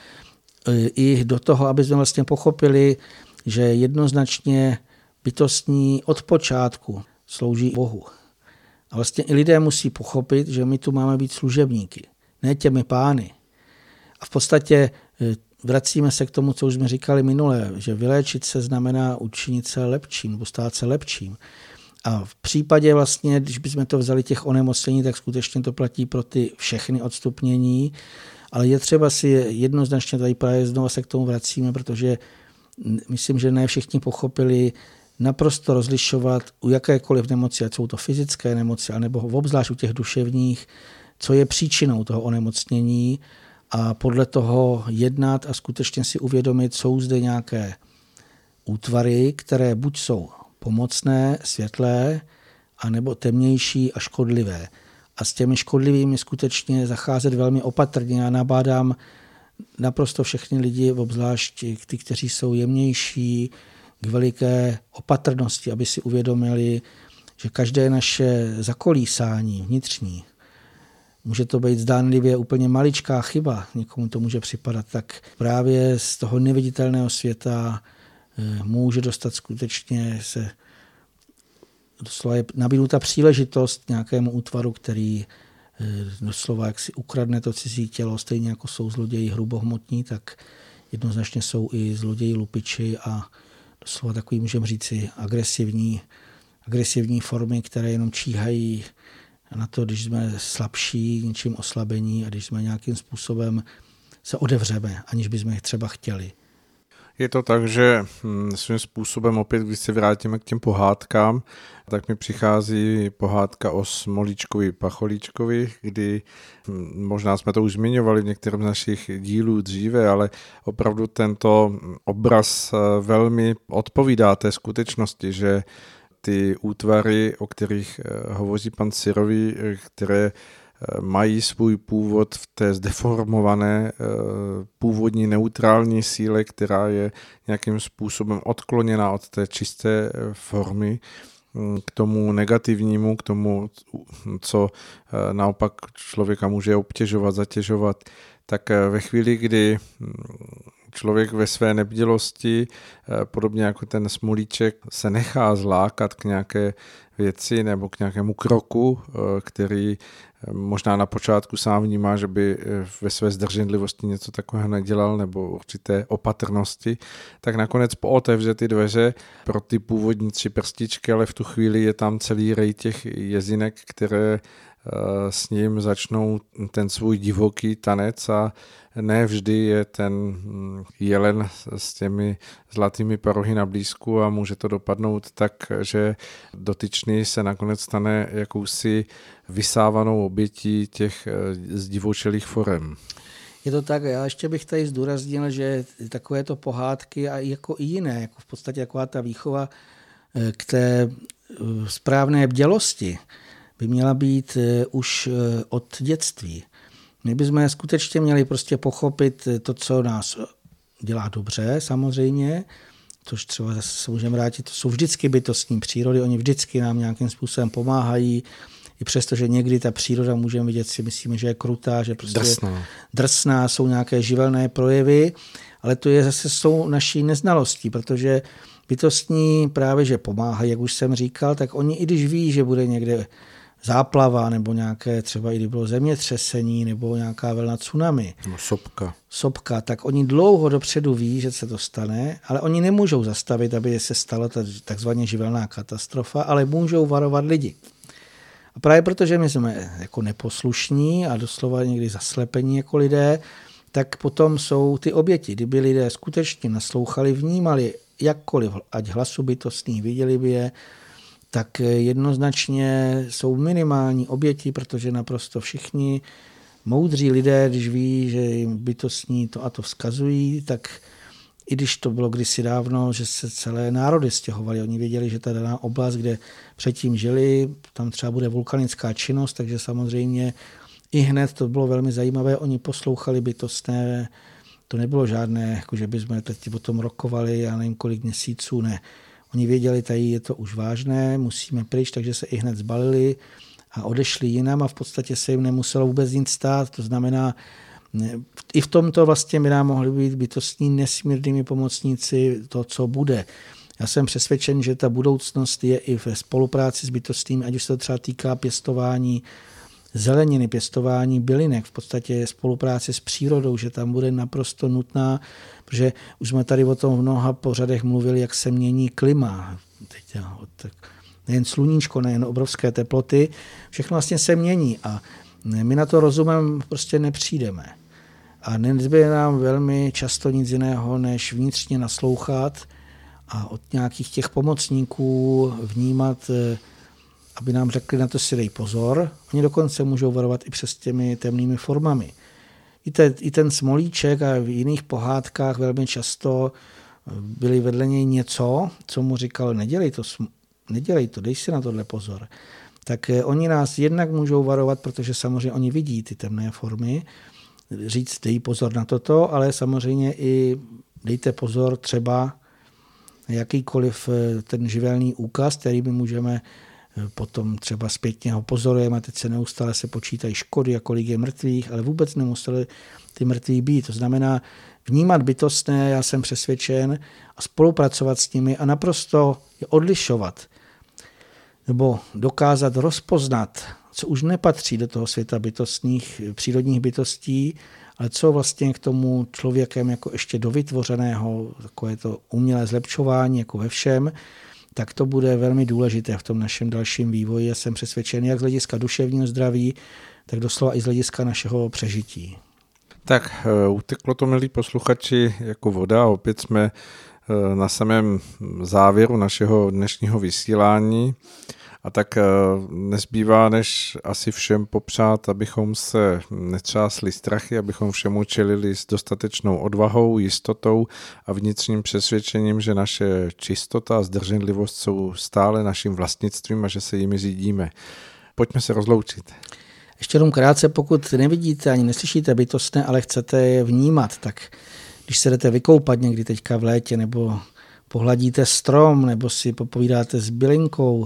i do toho, aby jsme vlastně pochopili, že jednoznačně bytostní od počátku slouží Bohu. A vlastně i lidé musí pochopit, že my tu máme být služebníky, ne těmi pány. A v podstatě vracíme se k tomu, co už jsme říkali minule, že vyléčit se znamená učinit se lepším, nebo stát se lepším. A v případě vlastně, když bychom to vzali těch onemocnění, tak skutečně to platí pro ty všechny odstupnění, ale je třeba si jednoznačně tady právě znovu se k tomu vracíme, protože myslím, že ne všichni pochopili naprosto rozlišovat u jakékoliv nemoci, ať jsou to fyzické nemoci, anebo obzvlášť u těch duševních, co je příčinou toho onemocnění a podle toho jednat a skutečně si uvědomit, jsou zde nějaké útvary, které buď jsou pomocné, světlé, anebo temnější a škodlivé. A s těmi škodlivými skutečně zacházet velmi opatrně. Já nabádám naprosto všechny lidi, obzvlášť ty, kteří jsou jemnější, k veliké opatrnosti, aby si uvědomili, že každé naše zakolísání vnitřní, může to být zdánlivě úplně maličká chyba, někomu to může připadat, tak právě z toho neviditelného světa může dostat skutečně se doslova je nabídnuta příležitost nějakému útvaru, který doslova jak si ukradne to cizí tělo, stejně jako jsou zloději hrubohmotní, tak jednoznačně jsou i zloději lupiči a doslova takový, můžeme říci, agresivní, agresivní formy, které jenom číhají na to, když jsme slabší, něčím oslabení a když jsme nějakým způsobem se odevřeme, aniž bychom je třeba chtěli. Je to tak, že svým způsobem opět, když se vrátíme k těm pohádkám, tak mi přichází pohádka o Smolíčkovi Pacholíčkovi, kdy možná jsme to už zmiňovali v některém z našich dílů dříve, ale opravdu tento obraz velmi odpovídá té skutečnosti, že ty útvary, o kterých hovoří pan Syrový, které mají svůj původ v té zdeformované původní neutrální síle, která je nějakým způsobem odkloněna od té čisté formy k tomu negativnímu, k tomu, co naopak člověka může obtěžovat, zatěžovat, tak ve chvíli, kdy člověk ve své nebdělosti, podobně jako ten Smolíček, se nechá zlákat k nějaké věci nebo k nějakému kroku, který možná na počátku sám vnímá, že by ve své zdrženlivosti něco takového nedělal nebo určité opatrnosti, tak nakonec pootevře ty dveře pro ty původní tři prstičky, ale v tu chvíli je tam celý rej těch jezinek, které s ním začnou ten svůj divoký tanec a ne vždy je ten jelen s těmi zlatými parohy na blízku a může to dopadnout tak, že dotyčný se nakonec stane jakousi vysávanou obětí těch zdivočelých forem. Je to tak, já ještě bych tady zdůraznil, že takovéto pohádky a jako i jiné, jako v podstatě taková ta výchova k té správné bdělosti, by měla být už od dětství. My bychom skutečně měli prostě pochopit to, co nás dělá dobře, samozřejmě, což třeba zase se můžeme vrátit, to jsou vždycky bytostní přírody, oni vždycky nám nějakým způsobem pomáhají, i přesto, že někdy ta příroda můžeme vidět, si myslíme, že je krutá, že prostě drsná. drsná, jsou nějaké živelné projevy, ale to je zase jsou naší neznalostí, protože bytostní právě, že pomáhají, jak už jsem říkal, tak oni i když ví, že bude někde záplava nebo nějaké třeba i když bylo zemětřesení nebo nějaká vlna tsunami. No, sopka. Sopka, tak oni dlouho dopředu ví, že se to stane, ale oni nemůžou zastavit, aby se stala ta takzvaně živelná katastrofa, ale můžou varovat lidi. A právě protože my jsme jako neposlušní a doslova někdy zaslepení jako lidé, tak potom jsou ty oběti. Kdyby lidé skutečně naslouchali, vnímali jakkoliv, ať hlasu bytostných, viděli by je, tak jednoznačně jsou minimální oběti, protože naprosto všichni moudří lidé, když ví, že jim bytostní to a to vzkazují, tak i když to bylo kdysi dávno, že se celé národy stěhovaly, oni věděli, že ta daná oblast, kde předtím žili, tam třeba bude vulkanická činnost, takže samozřejmě i hned to bylo velmi zajímavé, oni poslouchali bytostné, to nebylo žádné, jako že bychom teď o tom rokovali, já nevím kolik měsíců, ne. Oni věděli, tady je to už vážné, musíme pryč, takže se i hned zbalili a odešli jinam a v podstatě se jim nemuselo vůbec nic stát. To znamená, i v tomto vlastně by nám mohli být bytostní nesmírnými pomocníci to, co bude. Já jsem přesvědčen, že ta budoucnost je i ve spolupráci s bytostnými, ať už se to třeba týká pěstování zeleniny, pěstování bylinek, v podstatě spolupráce s přírodou, že tam bude naprosto nutná, protože už jsme tady o tom v mnoha pořadech mluvili, jak se mění klima. Teď, tak nejen sluníčko, nejen obrovské teploty, všechno vlastně se mění a my na to rozumem prostě nepřijdeme. A nezbyde nám velmi často nic jiného, než vnitřně naslouchat a od nějakých těch pomocníků vnímat, aby nám řekli, na to si dej pozor. Oni dokonce můžou varovat i přes těmi temnými formami. I, te, I ten Smolíček a v jiných pohádkách velmi často byli vedle něj něco, co mu říkal, nedělej to, nedělej to, dej si na tohle pozor. Tak oni nás jednak můžou varovat, protože samozřejmě oni vidí ty temné formy, říct, dej pozor na toto, ale samozřejmě i dejte pozor třeba jakýkoliv ten živelný úkaz, který my můžeme potom třeba zpětně ho pozorujeme a teď se neustále se počítají škody a kolik je mrtvých, ale vůbec nemuseli ty mrtví být. To znamená vnímat bytostné, já jsem přesvědčen, a spolupracovat s nimi a naprosto je odlišovat nebo dokázat rozpoznat, co už nepatří do toho světa bytostných, přírodních bytostí, ale co vlastně k tomu člověkem jako ještě dovytvořeného, takové to umělé zlepšování jako ve všem, tak to bude velmi důležité v tom našem dalším vývoji. Já jsem přesvědčen jak z hlediska duševního zdraví, tak doslova i z hlediska našeho přežití. Tak, uteklo to, milí posluchači, jako voda. Opět jsme na samém závěru našeho dnešního vysílání. A tak nezbývá, než asi všem popřát, abychom se netřásli strachy, abychom všemu čelili s dostatečnou odvahou, jistotou a vnitřním přesvědčením, že naše čistota a zdrženlivost jsou stále naším vlastnictvím a že se jimi řídíme. Pojďme se rozloučit. Ještě jenom krátce, pokud nevidíte ani neslyšíte bytostné, ale chcete je vnímat, tak když se jdete vykoupat někdy teďka v létě, nebo pohladíte strom, nebo si popovídáte s bylinkou,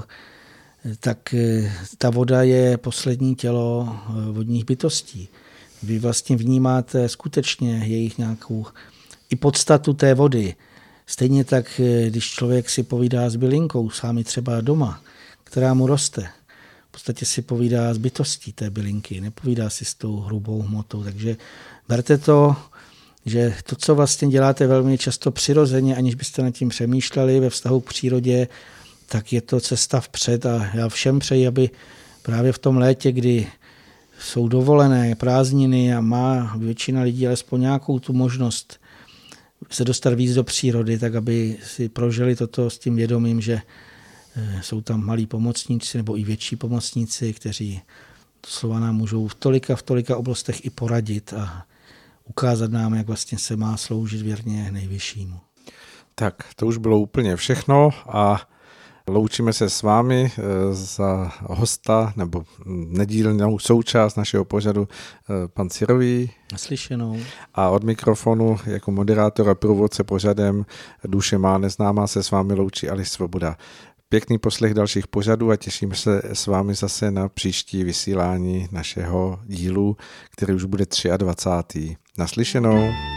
tak ta voda je poslední tělo vodních bytostí. Vy vlastně vnímáte skutečně jejich nějakou i podstatu té vody. Stejně tak, když člověk si povídá s bylinkou, sám třeba doma, která mu roste, v podstatě si povídá s bytostí té bylinky, nepovídá si s tou hrubou hmotou. Takže berte to, že to, co vlastně děláte velmi často přirozeně, aniž byste nad tím přemýšleli ve vztahu k přírodě, tak je to cesta vpřed a já všem přeji, aby právě v tom létě, kdy jsou dovolené prázdniny a má většina lidí alespoň nějakou tu možnost se dostat víc do přírody, tak aby si prožili toto s tím vědomím, že jsou tam malí pomocníci nebo i větší pomocníci, kteří doslova nám můžou v tolika, v tolika oblastech i poradit a ukázat nám, jak vlastně se má sloužit věrně nejvyššímu. Tak, to už bylo úplně všechno a Loučíme se s vámi za hosta nebo nedílnou součást našeho pořadu pan Cirový. Slyšenou. A od mikrofonu jako moderátor a průvodce pořadem Duše má neznámá se s vámi loučí Aleš Svoboda. Pěkný poslech dalších pořadů a těším se s vámi zase na příští vysílání našeho dílu, který už bude dvacátého třetího Naslyšenou.